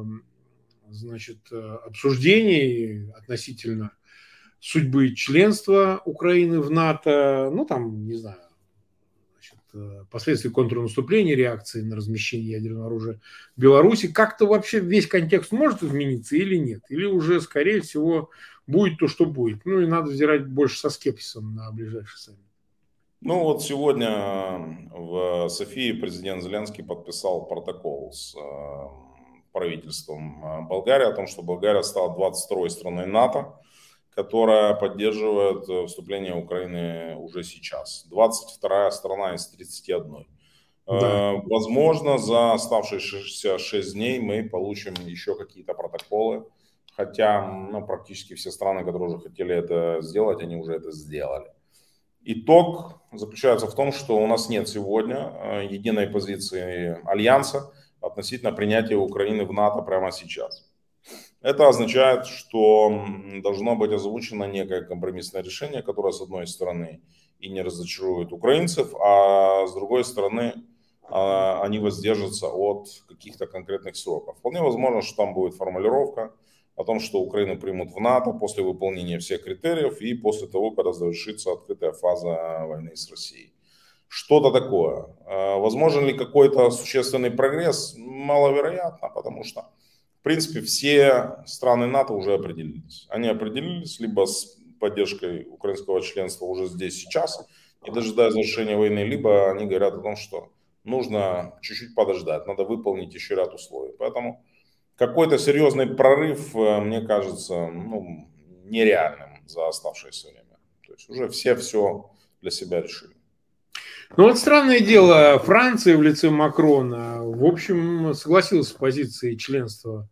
обсуждений относительно судьбы членства Украины в НАТО, ну там, не знаю, последствия контрнаступления, реакции на размещение ядерного оружия в Беларуси, как-то вообще весь контекст может измениться или нет? Или уже, скорее всего, будет то, что будет? Ну и надо взирать больше со скепсисом на ближайший саммит. Ну вот сегодня в Софии президент Зеленский подписал протокол с правительством Болгарии о том, что Болгария стала 22-й страной НАТО, которая поддерживает вступление Украины уже сейчас. 22-я страна из 31. Да. Возможно, за оставшиеся 6 дней мы получим еще какие-то протоколы. Хотя практически все страны, которые уже хотели это сделать, они уже это сделали. Итог заключается в том, что у нас нет сегодня единой позиции Альянса относительно принятия Украины в НАТО прямо сейчас. Это означает, что должно быть озвучено некое компромиссное решение, которое, с одной стороны, и не разочарует украинцев, а с другой стороны, они воздержатся от каких-то конкретных сроков. Вполне возможно, что там будет формулировка о том, что Украину примут в НАТО после выполнения всех критериев и после того, когда завершится открытая фаза войны с Россией. Что-то такое. Возможен ли какой-то существенный прогресс? Маловероятно, потому что В принципе, все страны НАТО уже определились. Они определились либо с поддержкой украинского членства уже здесь, сейчас, не дожидаясь завершения войны, либо они говорят о том, что нужно чуть-чуть подождать, надо выполнить еще ряд условий. Поэтому какой-то серьезный прорыв, мне кажется, ну, нереальным за оставшееся время. То есть уже все для себя решили. Ну вот странное дело, Франция в лице Макрона, в общем, согласилась с позицией членства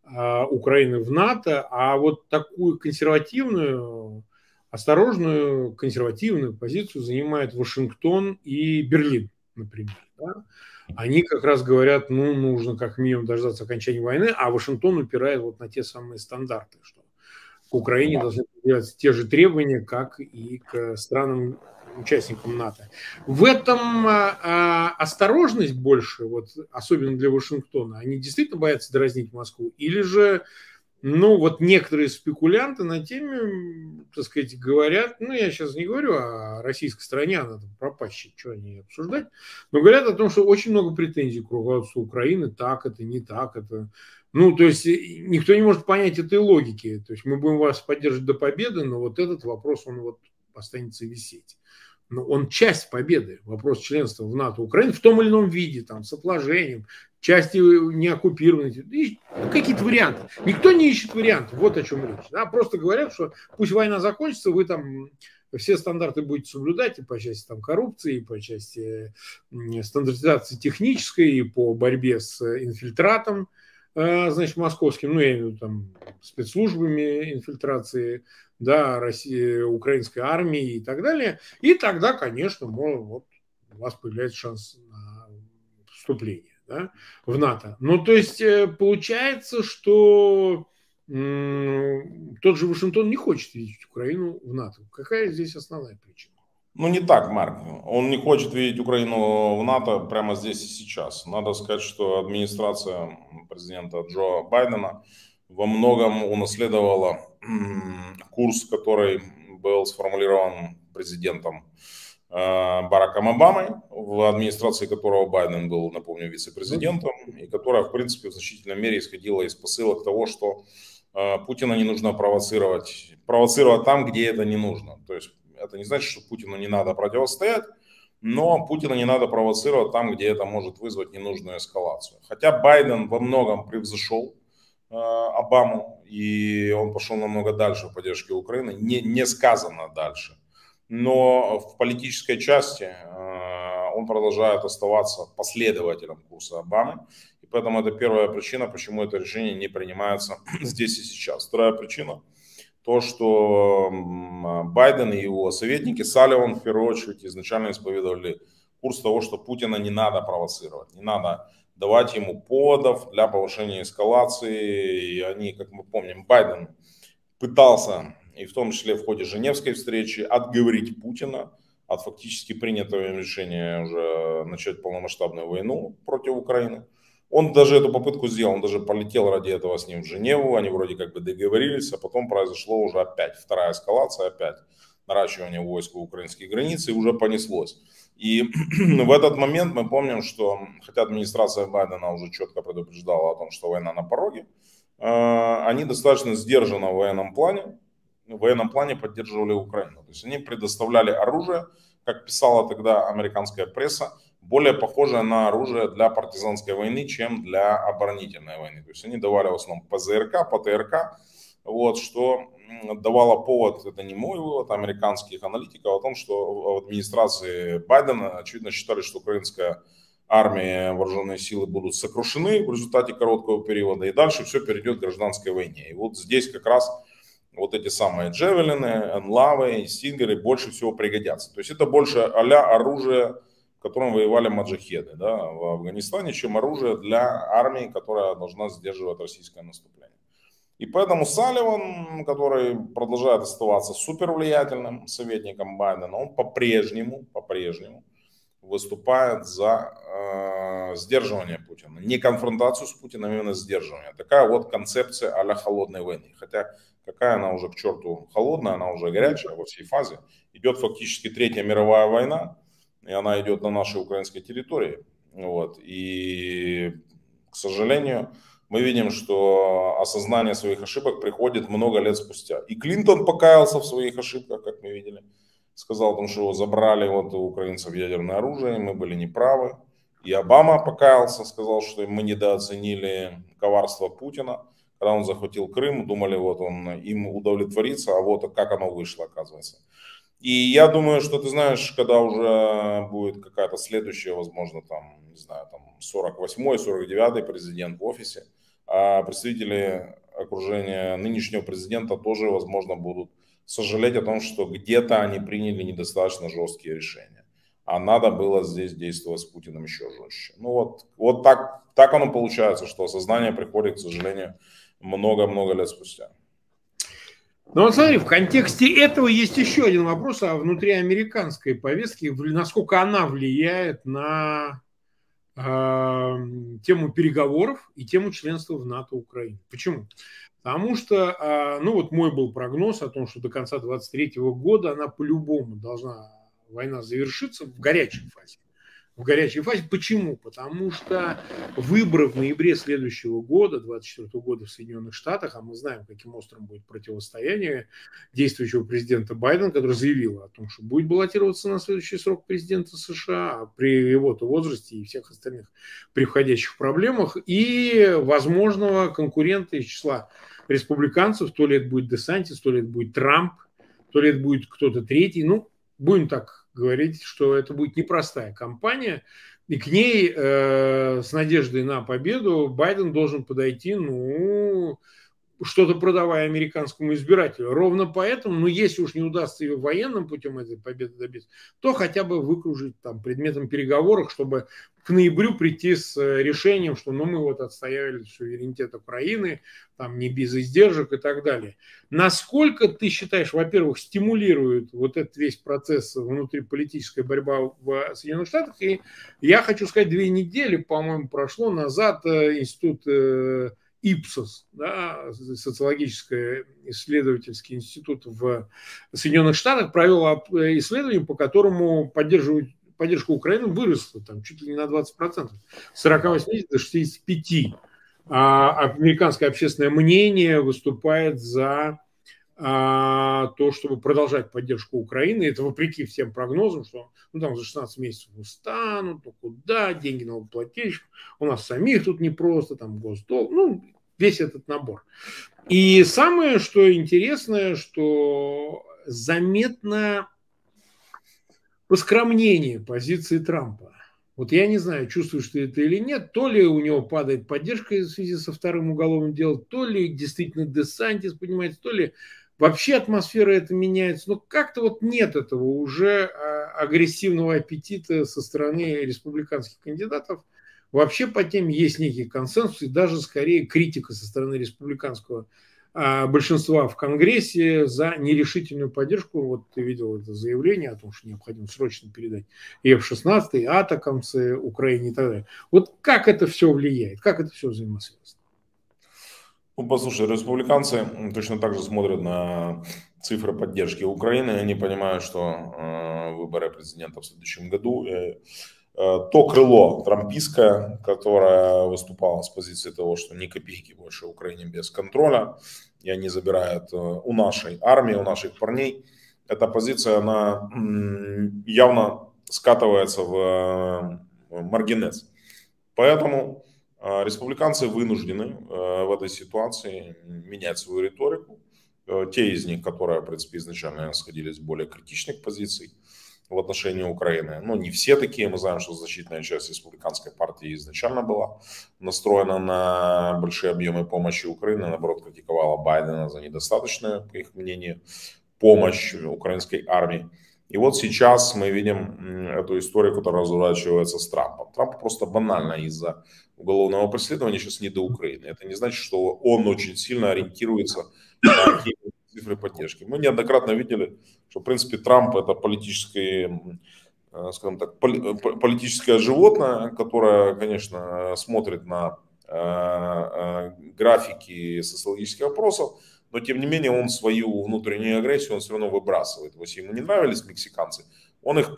Украины в НАТО, а вот такую консервативную, осторожную, консервативную позицию занимает Вашингтон и Берлин, например. Да? Они как раз говорят, ну, нужно как минимум дождаться окончания войны, а Вашингтон упирает вот на те самые стандарты, что к Украине должны предъявляться те же требования, как и к странам участникам НАТО. В этом осторожность больше, вот, особенно для Вашингтона, они действительно боятся дразнить Москву, или же, ну, вот некоторые спекулянты на теме, так сказать, говорят, ну, я сейчас не говорю о российской стороне, она там пропащая, что они обсуждать, но говорят о том, что очень много претензий к руководству Украины, так это, не так это. Ну, то есть никто не может понять этой логики. То есть мы будем вас поддерживать до победы, но вот этот вопрос, он вот останется висеть. Но он часть победы. Вопрос членства в НАТО Украины в том или ином виде, там, с отложением, части не оккупированной, какие-то варианты. Никто не ищет вариантов, вот о чем речь. Да? Просто говорят, что пусть война закончится, вы там все стандарты будете соблюдать и по части там, коррупции, и по части стандартизации технической, и по борьбе с инфильтратом, значит, московским, ну, я имею в виду там спецслужбами инфильтрации, да, России, украинской армии и так далее. И тогда, конечно, вот у вас появляется шанс на вступление, да, в НАТО. Ну, то есть получается, что тот же Вашингтон не хочет видеть Украину в НАТО. Какая здесь основная причина? Ну, не так, Марк. Он не хочет видеть Украину в НАТО прямо здесь и сейчас. Надо сказать, что администрация президента Джо Байдена во многом унаследовала курс, который был сформулирован президентом Бараком Обамой, в администрации которого Байден был, напомню, вице-президентом, и которая, в принципе, в значительной мере исходила из посылок того, что Путина не нужно провоцировать. Провоцировать там, где это не нужно. То есть это не значит, что Путину не надо противостоять, но Путина не надо провоцировать там, где это может вызвать ненужную эскалацию. Хотя Байден во многом превзошел Обаму, и он пошел намного дальше в поддержке Украины, не сказано дальше. Но в политической части он продолжает оставаться последователем курса Обамы. И поэтому это первая причина, почему это решение не принимается здесь и сейчас. Вторая причина – то, что Байден и его советники, Салливан в первую очередь, изначально исповедовали курс того, что Путина не надо провоцировать, не надо давать ему поводов для повышения эскалации. И они, как мы помним, Байден пытался, и в том числе в ходе Женевской встречи, отговорить Путина от фактически принятого им решения уже начать полномасштабную войну против Украины. Он даже эту попытку сделал, он даже полетел ради этого с ним в Женеву, они вроде как бы договорились, а потом произошло уже опять вторая эскалация, опять наращивание войск у украинских границ, и уже понеслось. И в этот момент мы помним, что хотя администрация Байдена уже четко предупреждала о том, что война на пороге, они достаточно сдержанно в военном плане поддерживали Украину. То есть они предоставляли оружие, как писала тогда американская пресса, более похожее на оружие для партизанской войны, чем для оборонительной войны. То есть они давали в основном ПЗРК, ПТРК, вот, что давало повод, это не мой вывод, американских аналитиков, о том, что в администрации Байдена, очевидно, считали, что украинская армия, вооруженные силы будут сокрушены в результате короткого периода, и дальше все перейдет к гражданской войне. И вот здесь как раз вот эти самые джевелины, энлавы, стингеры больше всего пригодятся. То есть это больше а-ля оружие, которым воевали маджахеды, да, в Афганистане, чем оружие для армии, которая должна сдерживать российское наступление. И поэтому Салливан, который продолжает оставаться супервлиятельным советником Байдена, он по-прежнему выступает за сдерживание Путина. Не конфронтацию с Путиным, а именно сдерживание. Такая вот концепция а-ля холодной войны. Хотя какая она уже к черту холодная, она уже горячая во всей фазе. Идет фактически Третья мировая война, и она идет на нашей украинской территории. Вот. И, к сожалению, мы видим, что осознание своих ошибок приходит много лет спустя. И Клинтон покаялся в своих ошибках, как мы видели. Сказал о том, что забрали вот у украинцев ядерное оружие, мы были неправы. И Обама покаялся, сказал, что мы недооценили коварство Путина. Когда он захватил Крым, думали, вот он им удовлетворится, а вот как оно вышло, оказывается. И я думаю, что ты знаешь, когда уже будет какая-то следующая, возможно, там, не знаю, там 48-й, 49-й президент в офисе, а представители окружения нынешнего президента тоже, возможно, будут сожалеть о том, что где-то они приняли недостаточно жесткие решения. А надо было здесь действовать с Путиным еще жестче. Ну вот так оно получается, что осознание приходит, к сожалению, много-много лет спустя. Ну вот смотри, в контексте этого есть еще один вопрос о внутриамериканской повестке, насколько она влияет на тему переговоров и тему членства в НАТО Украины. Почему? Потому что, ну вот мой был прогноз о том, что до конца 2023 года она по-любому должна, война завершиться в горячей фазе. В горячей фазе. Почему? Потому что выборы в ноябре следующего года, 2024 года в Соединенных Штатах, а мы знаем, каким острым будет противостояние действующего президента Байдена, который заявил о том, что будет баллотироваться на следующий срок президента США, а при его-то возрасте и всех остальных приходящих проблемах, и возможного конкурента из числа республиканцев, то ли это будет Десантис, то ли это будет Трамп, то ли это будет кто-то третий. Ну, будем так говорить, что это будет непростая кампания, и к ней с надеждой на победу Байден должен подойти, ну, что-то продавая американскому избирателю. Ровно поэтому, ну, если уж не удастся ее военным путем этой победы добиться, то хотя бы выкружить там предметом переговоров, чтобы к ноябрю прийти с решением, что ну, мы вот отстояли суверенитет Украины, там не без издержек и так далее. Насколько ты считаешь, во-первых, стимулирует вот этот весь процесс внутриполитической борьбы в Соединенных Штатах? И я хочу сказать, 2 недели, по-моему, прошло назад институт ИПСОС, да, социологический исследовательский институт в Соединенных Штатах, провел исследование, по которому поддержка Украины выросла там, чуть ли не на 20%, с 48 до 65%. А американское общественное мнение выступает за то, чтобы продолжать поддержку Украины. Это вопреки всем прогнозам, что ну, там за 16 месяцев устанут, ну куда, деньги налогоплательщиков, у нас самих тут непросто, там госдолг, ну, весь этот набор. И самое, что интересное, что заметно поскромнение позиции Трампа. Вот я не знаю, чувствуешь ты это или нет, то ли у него падает поддержка в связи со вторым уголовным делом, то ли действительно Десантис поднимается, то ли вообще атмосфера это меняется. Но как-то вот нет этого уже агрессивного аппетита со стороны республиканских кандидатов. Вообще по теме есть некий консенсус и даже скорее критика со стороны республиканского большинства в Конгрессе за нерешительную поддержку. Вот ты видел это заявление о том, что необходимо срочно передать F-16, атакамсы Украине и так далее. Вот как это все влияет, как это все взаимосвязано? Ну, послушай, республиканцы точно так же смотрят на цифры поддержки Украины. Они понимают, что выборы президента в следующем году то крыло трампистское, которое выступало с позиции того, что ни копейки больше Украине без контроля, и они забирают у нашей армии, у наших парней, эта позиция, она явно скатывается в маргинез. Поэтому республиканцы вынуждены в этой ситуации менять свою риторику. Те из них, которые, в принципе, изначально сходились с более критичных позиций в отношении Украины. Ну, не все такие. Мы знаем, что значительная часть республиканской партии изначально была настроена на большие объемы помощи Украине. Наоборот, критиковала Байдена за недостаточную, по их мнению, помощь украинской армии. И вот сейчас мы видим эту историю, которая разворачивается с Трампом. Трамп просто банально из-за уголовного преследования сейчас не до Украины. Это не значит, что он очень сильно ориентируется на какие-то цифры поддержки. Мы неоднократно видели, что, в принципе, Трамп это политическое, скажем так, политическое животное, которое, конечно, смотрит на графики социологических опросов, но, тем не менее, он свою внутреннюю агрессию, он все равно выбрасывает. Если ему не нравились мексиканцы, он их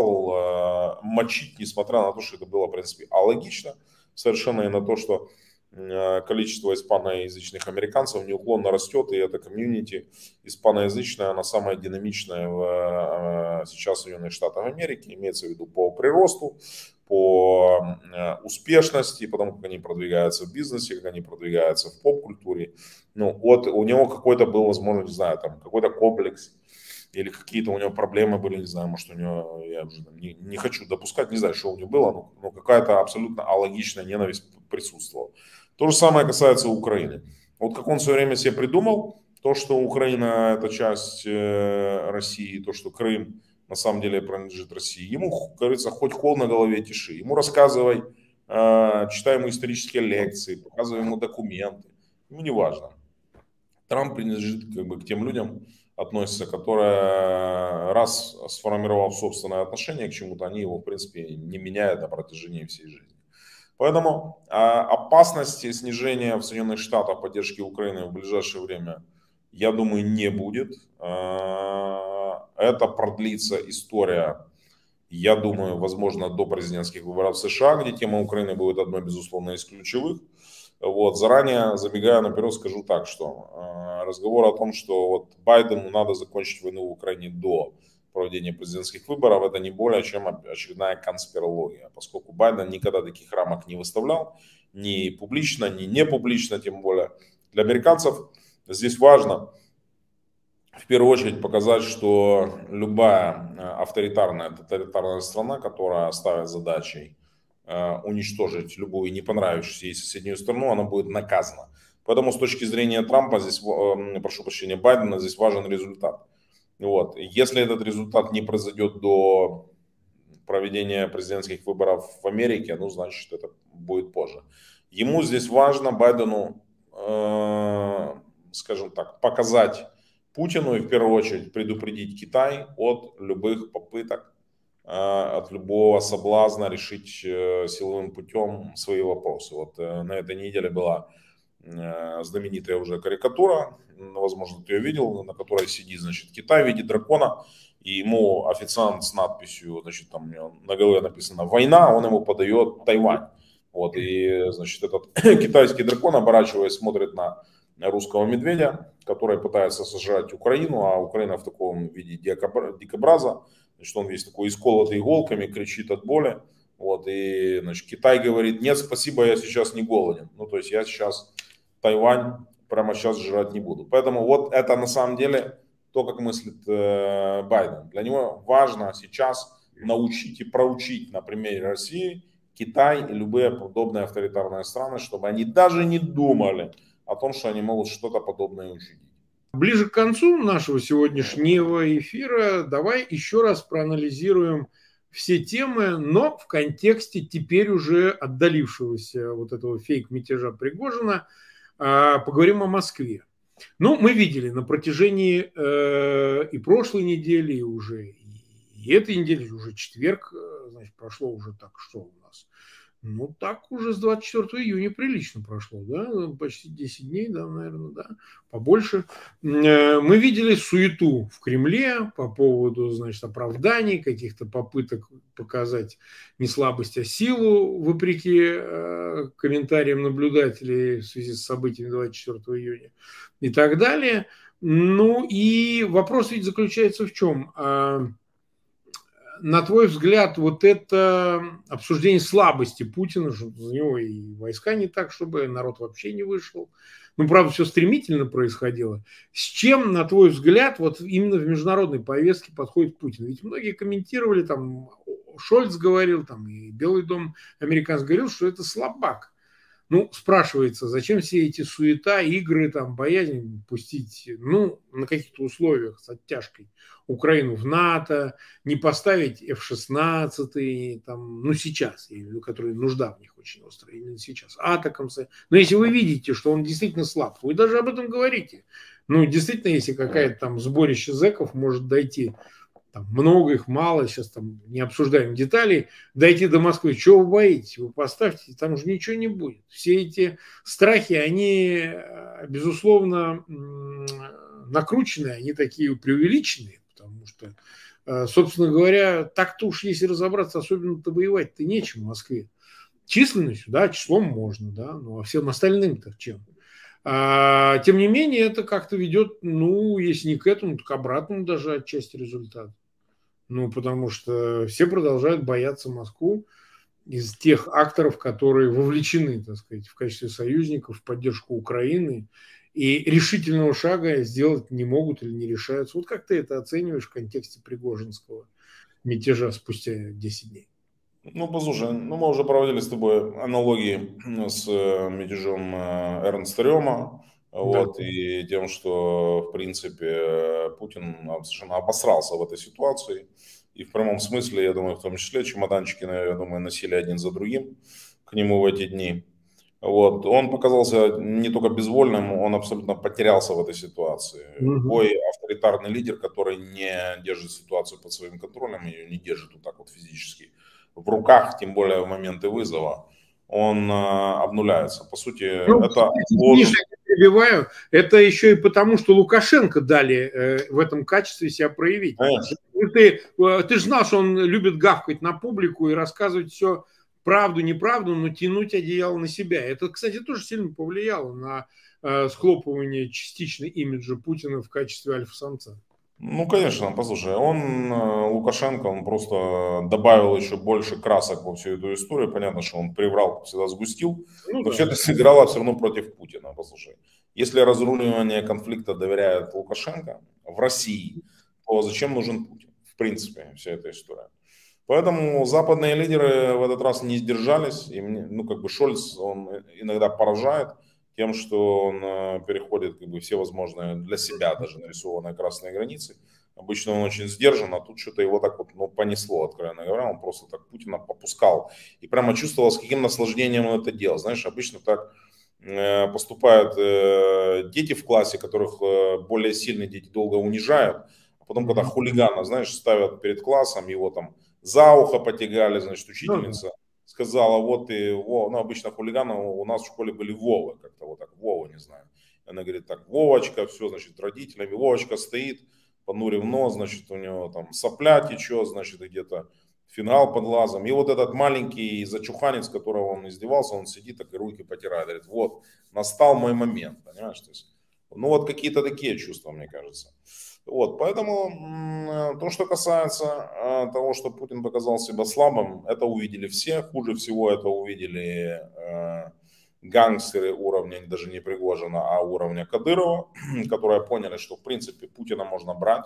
продолжал мочить, несмотря на то, что это было, в принципе, алогично совершенно, и на то, что количество испаноязычных американцев неуклонно растет, и это комьюнити испаноязычное, оно самое динамичное сейчас в Соединенных Штатах Америки, имеется в виду по приросту, по успешности, потому как они продвигаются в бизнесе, как они продвигаются в поп-культуре. Ну, вот у него какой-то был, возможно, не знаю, там какой-то комплекс, или какие-то у него проблемы были, не знаю, может, у него, я уже не хочу допускать, не знаю, что у него было, но какая-то абсолютно алогичная ненависть присутствовала. То же самое касается Украины. Вот как он в свое время себе придумал, то, что Украина это часть России, то, что Крым на самом деле принадлежит России, ему, как говорится, хоть кол на голове тиши, ему рассказывай, читай ему исторические лекции, показывай ему документы, ему не важно. Трамп принадлежит как бы к тем людям, относятся, которые раз сформировав собственное отношение к чему-то, они его, в принципе, не меняют на протяжении всей жизни. Поэтому опасности снижения в Соединенных Штатах поддержки Украины в ближайшее время, я думаю, не будет. Это продлится история, я думаю, возможно, до президентских выборов в США, где тема Украины будет одной, безусловно, из ключевых. Вот, заранее, забегая наперед, скажу так, что разговор о том, что вот Байдену надо закончить войну в Украине до проведения президентских выборов, это не более чем очередная конспирология, поскольку Байден никогда таких рамок не выставлял, ни публично, ни не публично, тем более. Для американцев здесь важно в первую очередь показать, что любая авторитарная, тоталитарная страна, которая ставит задачей уничтожить любую не понравившуюся ей соседнюю страну, она будет наказана. Поэтому с точки зрения Трампа, здесь, прошу прощения, Байдена, здесь важен результат. Вот. Если этот результат не произойдет до проведения президентских выборов в Америке, ну, значит, это будет позже. Ему здесь важно, Байдену, скажем так, показать Путину и в первую очередь предупредить Китай от любых попыток, от любого соблазна решить силовым путем свои вопросы. Вот на этой неделе была знаменитая уже карикатура, возможно, ты ее видел, на которой сидит, значит, Китай в виде дракона, и ему официант с надписью, значит, там на голове написано «Война», он ему подает Тайвань. Вот, и, значит, этот китайский дракон, оборачиваясь, смотрит на русского медведя, который пытается сожрать Украину, а Украина в таком виде дикобраза. Значит, он весь такой исколотый иголками, кричит от боли. Вот, и, значит, Китай говорит: нет, спасибо, я сейчас не голоден. Ну, то есть я сейчас Тайвань прямо сейчас жрать не буду. Поэтому вот это на самом деле то, как мыслит Байден. Для него важно сейчас научить и проучить на примере России, Китай и любые подобные авторитарные страны, чтобы они даже не думали о том, что они могут что-то подобное учудить. Ближе к концу нашего сегодняшнего эфира давай еще раз проанализируем все темы, но в контексте теперь уже отдалившегося вот этого фейк-мятежа Пригожина. Поговорим о Москве. Ну, мы видели на протяжении и прошлой недели, и уже и этой недели, уже четверг, значит, прошло уже так, что у нас? Ну, так уже с 24 июня прилично прошло, да, почти 10 дней, да, наверное, да, побольше. Мы видели суету в Кремле по поводу, значит, оправданий, каких-то попыток показать не слабость, а силу, вопреки комментариям наблюдателей в связи с событиями 24 июня и так далее. Ну, и вопрос ведь заключается в чем? На твой взгляд, вот это обсуждение слабости Путина, что за него и войска не так, чтобы народ вообще не вышел. Ну, правда, все стремительно происходило. С чем, на твой взгляд, вот именно в международной повестке подходит Путин? Ведь многие комментировали, там, Шольц говорил, там, и Белый дом американский говорил, что это слабак. Ну, спрашивается, зачем все эти суета, игры, там, боязнь пустить, ну, на каких-то условиях с оттяжкой Украину в НАТО, не поставить F-16, там, ну, сейчас, я имею в виду, которые нужда в них очень острая, именно сейчас, атакамсы. Но если вы видите, что он действительно слаб, вы даже об этом говорите. Ну, действительно, если какая-то там сборище зэков может дойти, там, много их, мало, сейчас там не обсуждаем деталей, дойти до Москвы, чего вы боитесь? Вы поставьте, там уже ничего не будет. Все эти страхи, они, безусловно, накрученные, они такие преувеличенные, потому что, собственно говоря, так-то уж, если разобраться, особенно-то воевать-то нечем в Москве. Численностью, да, числом можно, да, ну а всем остальным-то чем? Тем не менее, это как-то ведет, ну, если не к этому, то к обратному даже отчасти результату. Ну, потому что все продолжают бояться Москву из тех акторов, которые вовлечены, так сказать, в качестве союзников в поддержку Украины и решительного шага сделать не могут или не решаются. Вот как ты это оцениваешь в контексте Пригожинского мятежа спустя 10 дней? Ну, послушай, ну мы уже проводили с тобой аналогии с мятежом Эрнста Рёма, Да. вот, и тем, что, в принципе, Путин совершенно обосрался в этой ситуации. И в прямом смысле, я думаю, в том числе чемоданчики, я думаю, носили один за другим к нему в эти дни. Вот. Он показался не только безвольным, он абсолютно потерялся в этой ситуации. Любой авторитарный лидер, который не держит ситуацию под своим контролем, ее не держит вот так вот физически в руках, тем более в моменты вызова, он обнуляется. По сути, Ну, это Миша, я перебиваю. Это еще и потому, что Лукашенко дали в этом качестве себя проявить. Конечно. Ты же знал, что он любит гавкать на публику и рассказывать все правду, неправду, но тянуть одеяло на себя. Это, кстати, тоже сильно повлияло на схлопывание частично имиджа Путина в качестве альфа-самца. Ну, конечно, послушай, Лукашенко, он просто добавил еще больше красок во всю эту историю. Понятно, что он приврал, всегда сгустил, Ну, но да. все это сыграло все равно против Путина, послушай. Если разруливание конфликта доверяет Лукашенко в России, то зачем нужен Путин? В принципе, вся эта история. Поэтому западные лидеры в этот раз не сдержались. И Шольц, он иногда поражает тем, что он переходит все возможные для себя даже нарисованные красные границы. Обычно он очень сдержан, а тут что-то его так вот понесло, откровенно говоря. Он просто так Путина попускал. И прямо чувствовал, с каким наслаждением он это делал. Знаешь, обычно так поступают дети в классе, которых более сильные дети долго унижают. А потом, когда хулигана, знаешь, ставят перед классом, его там за ухо потягали, значит, учительница сказала, вот и, ну, обычно хулиганы у нас в школе были Вовы, как-то вот так, Вова, не знаю. Она говорит, так, Вовочка, все, значит, родителями, Вовочка стоит, понурив нос, значит, у него там сопля течет, значит, где-то фингал под глазом. И вот этот маленький зачуханец, которого он издевался, он сидит так и руки потирает, говорит, вот, настал мой момент, понимаешь, то есть, ну, вот какие-то такие чувства, мне кажется. Вот, поэтому то, что касается того, что Путин показал себя слабым, это увидели все. Хуже всего это увидели гангстеры уровня даже не Пригожина, а уровня Кадырова, которые поняли, что в принципе Путина можно брать.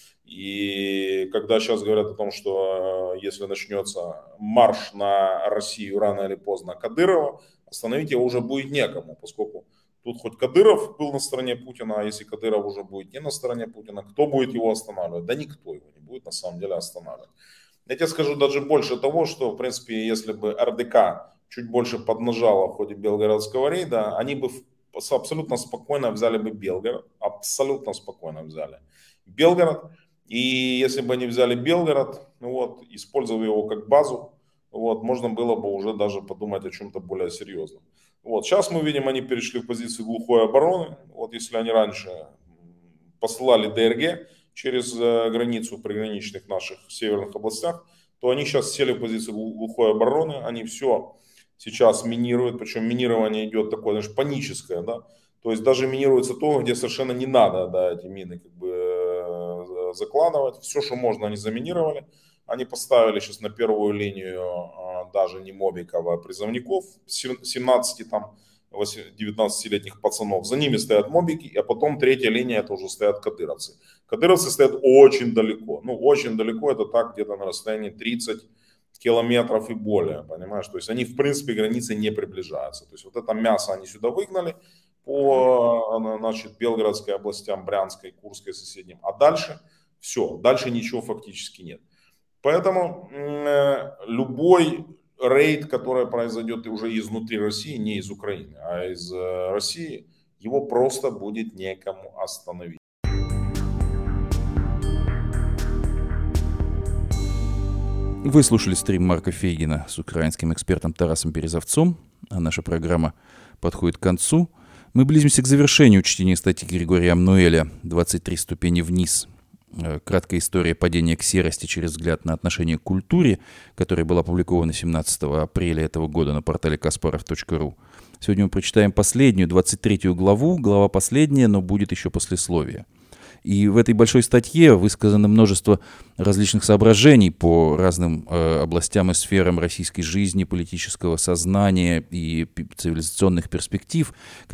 И когда сейчас говорят о том, что если начнется марш на Россию рано или поздно Кадырова, остановить его уже будет некому, поскольку тут хоть Кадыров был на стороне Путина, а если Кадыров уже будет не на стороне Путина, кто будет его останавливать? Да никто его не будет на самом деле останавливать. Я тебе скажу даже больше того, что в принципе, если бы РДК чуть больше поднажала в ходе Белгородского рейда, они бы абсолютно спокойно взяли бы Белгород, абсолютно спокойно взяли Белгород. И если бы они взяли Белгород, ну вот, использовав его как базу, вот, можно было бы уже даже подумать о чем-то более серьезном. Вот, сейчас мы видим, они перешли в позицию глухой обороны. Вот если они раньше посылали ДРГ через границу в приграничных наших северных областях, то они сейчас сели в позицию глухой обороны. Они все сейчас минируют, причем минирование идет такое, знаешь, паническое, да. То есть даже минируется то, где совершенно не надо, да, эти мины закладывать. Все, что можно, они заминировали. Они поставили сейчас на первую линию даже не мобиков, а призывников, 17 там, 19-летних пацанов. За ними стоят мобики, а потом третья линия, это уже стоят кадыровцы. Кадыровцы стоят очень далеко. Ну, очень далеко, это так где-то на расстоянии 30 километров и более, понимаешь? То есть они, в принципе, границы не приближаются. То есть вот это мясо они сюда выгнали по, значит, Белгородской областям, Брянской, Курской соседним. А дальше все, дальше ничего фактически нет. Поэтому любой рейд, который произойдет уже изнутри России, не из Украины, а из России, его просто будет некому остановить. Вы слушали стрим Марка Фейгина с украинским экспертом Тарасом Березовцом, а наша программа подходит к концу. Мы близимся к завершению чтения статьи Григория Амнуэля «23 ступени вниз». краткая история падения к серости через взгляд на отношение к культуре, которая была опубликована 17 апреля этого года на портале kasparov.ru. Сегодня мы прочитаем последнюю, 23 главу. Глава последняя, но будет еще послесловие. И в этой большой статье высказано множество различных соображений по разным областям и сферам российской жизни, политического сознания и цивилизационных перспектив,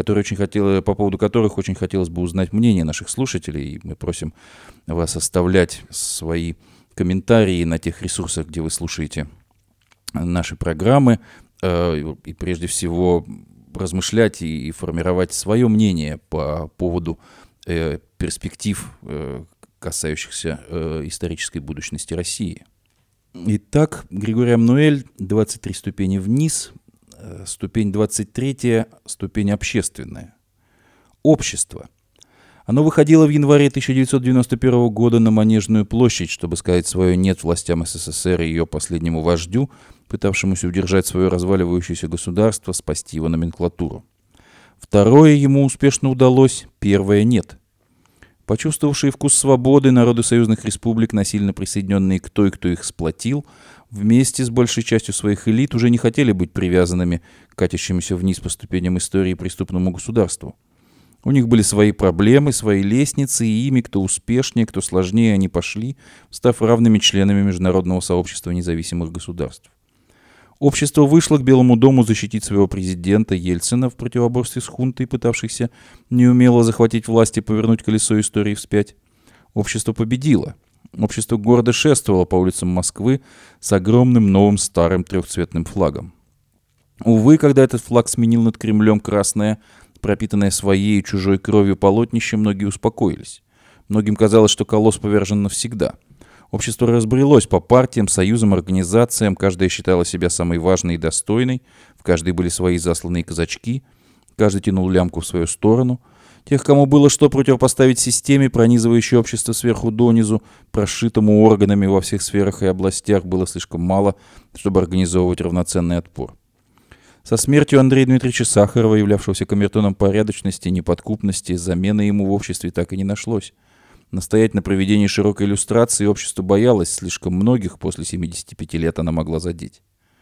по поводу которых очень хотелось бы узнать мнение наших слушателей. И мы просим вас оставлять свои комментарии на тех ресурсах, где вы слушаете наши программы, и прежде всего размышлять и формировать свое мнение по поводу перспектив, касающихся исторической будущности России. Итак, Григорий Амнуэль, 23 ступени вниз, ступень 23, ступень общественная. Общество. Оно выходило в январе 1991 года на Манежную площадь, чтобы сказать свое «нет» властям СССР и ее последнему вождю, пытавшемуся удержать свое разваливающееся государство, спасти его номенклатуру. Второе ему успешно удалось, первое нет. Почувствовавшие вкус свободы народы союзных республик, насильно присоединенные к той, кто их сплотил, вместе с большей частью своих элит уже не хотели быть привязанными к катящемуся вниз по ступеням истории преступному государству. У них были свои проблемы, свои лестницы, и ими, кто успешнее, кто сложнее, они пошли, став равными членами международного сообщества независимых государств. Общество вышло к Белому дому защитить своего президента Ельцина в противоборстве с хунтой, пытавшейся неумело захватить власть и повернуть колесо истории вспять. Общество победило. Общество гордо шествовало по улицам Москвы с огромным новым старым трехцветным флагом. Увы, когда этот флаг сменил над Кремлем красное, пропитанное своей и чужой кровью полотнище, многие успокоились. Многим казалось, что колосс повержен навсегда. Общество разбрелось по партиям, союзам, организациям, каждая считала себя самой важной и достойной, в каждой были свои засланные казачки, каждый тянул лямку в свою сторону. Тех, кому было что противопоставить системе, пронизывающей общество сверху донизу, прошитому органами во всех сферах и областях, было слишком мало, чтобы организовывать равноценный отпор. Со смертью Андрея Дмитриевича Сахарова, являвшегося камертоном порядочности и неподкупности, замены ему в обществе так и не нашлось. Настоять на проведении широкой иллюстрации общество боялось, слишком многих после 75 лет она могла задеть.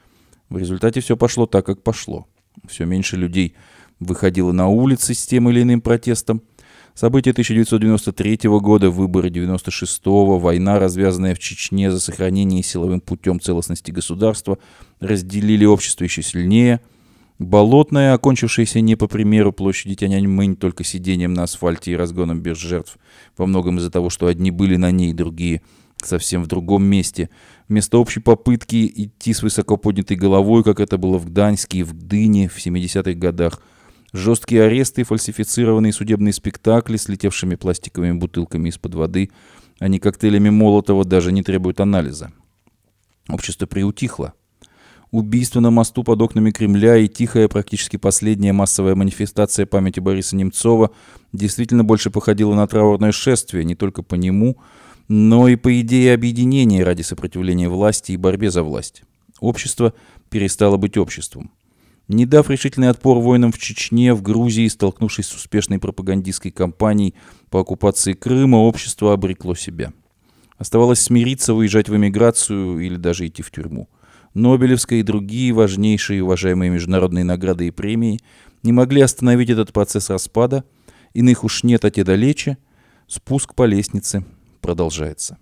В результате все пошло так, как пошло. Все меньше людей выходило на улицы с тем или иным протестом. События 1993 года, выборы 1996-го, война, развязанная в Чечне за сохранение силовым путем целостности государства, разделили общество еще сильнее. Болотная, окончившаяся не по примеру площади Тяньаньмэнь, только сидением на асфальте и разгоном без жертв, во многом из-за того, что одни были на ней, другие совсем в другом месте. Вместо общей попытки идти с высоко поднятой головой, как это было в Гданьске и в Гдыне в 70-х годах, жесткие аресты и фальсифицированные судебные спектакли с летевшими пластиковыми бутылками из-под воды, а не коктейлями Молотова, даже не требуют анализа. Общество приутихло. Убийство на мосту под окнами Кремля и тихая, практически последняя массовая манифестация памяти Бориса Немцова действительно больше походила на траурное шествие не только по нему, но и по идее объединения ради сопротивления власти и борьбе за власть. Общество перестало быть обществом. Не дав решительный отпор воинам в Чечне, в Грузии, столкнувшись с успешной пропагандистской кампанией по оккупации Крыма, общество обрекло себя. Оставалось смириться, выезжать в эмиграцию или даже идти в тюрьму. Нобелевская и другие важнейшие и уважаемые международные награды и премии не могли остановить этот процесс распада, иных уж нет, а те далече, спуск по лестнице продолжается.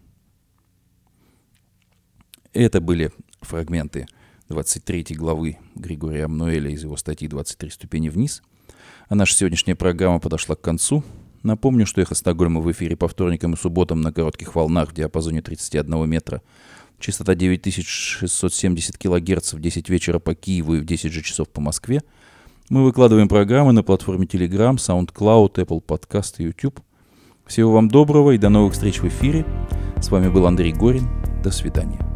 Это были фрагменты 23 главы Григория Амнуэля из его статьи «23 ступени вниз». А наша сегодняшняя программа подошла к концу. Напомню, что «Эхо Стокгольма» в эфире по вторникам и субботам на коротких волнах в диапазоне 31 метра. Частота 9670 кГц в 10 вечера по Киеву и в 10 же часов по Москве. Мы выкладываем программы на платформе Telegram, SoundCloud, Apple Podcast и YouTube. Всего вам доброго и до новых встреч в эфире. С вами был Андрей Горин. До свидания.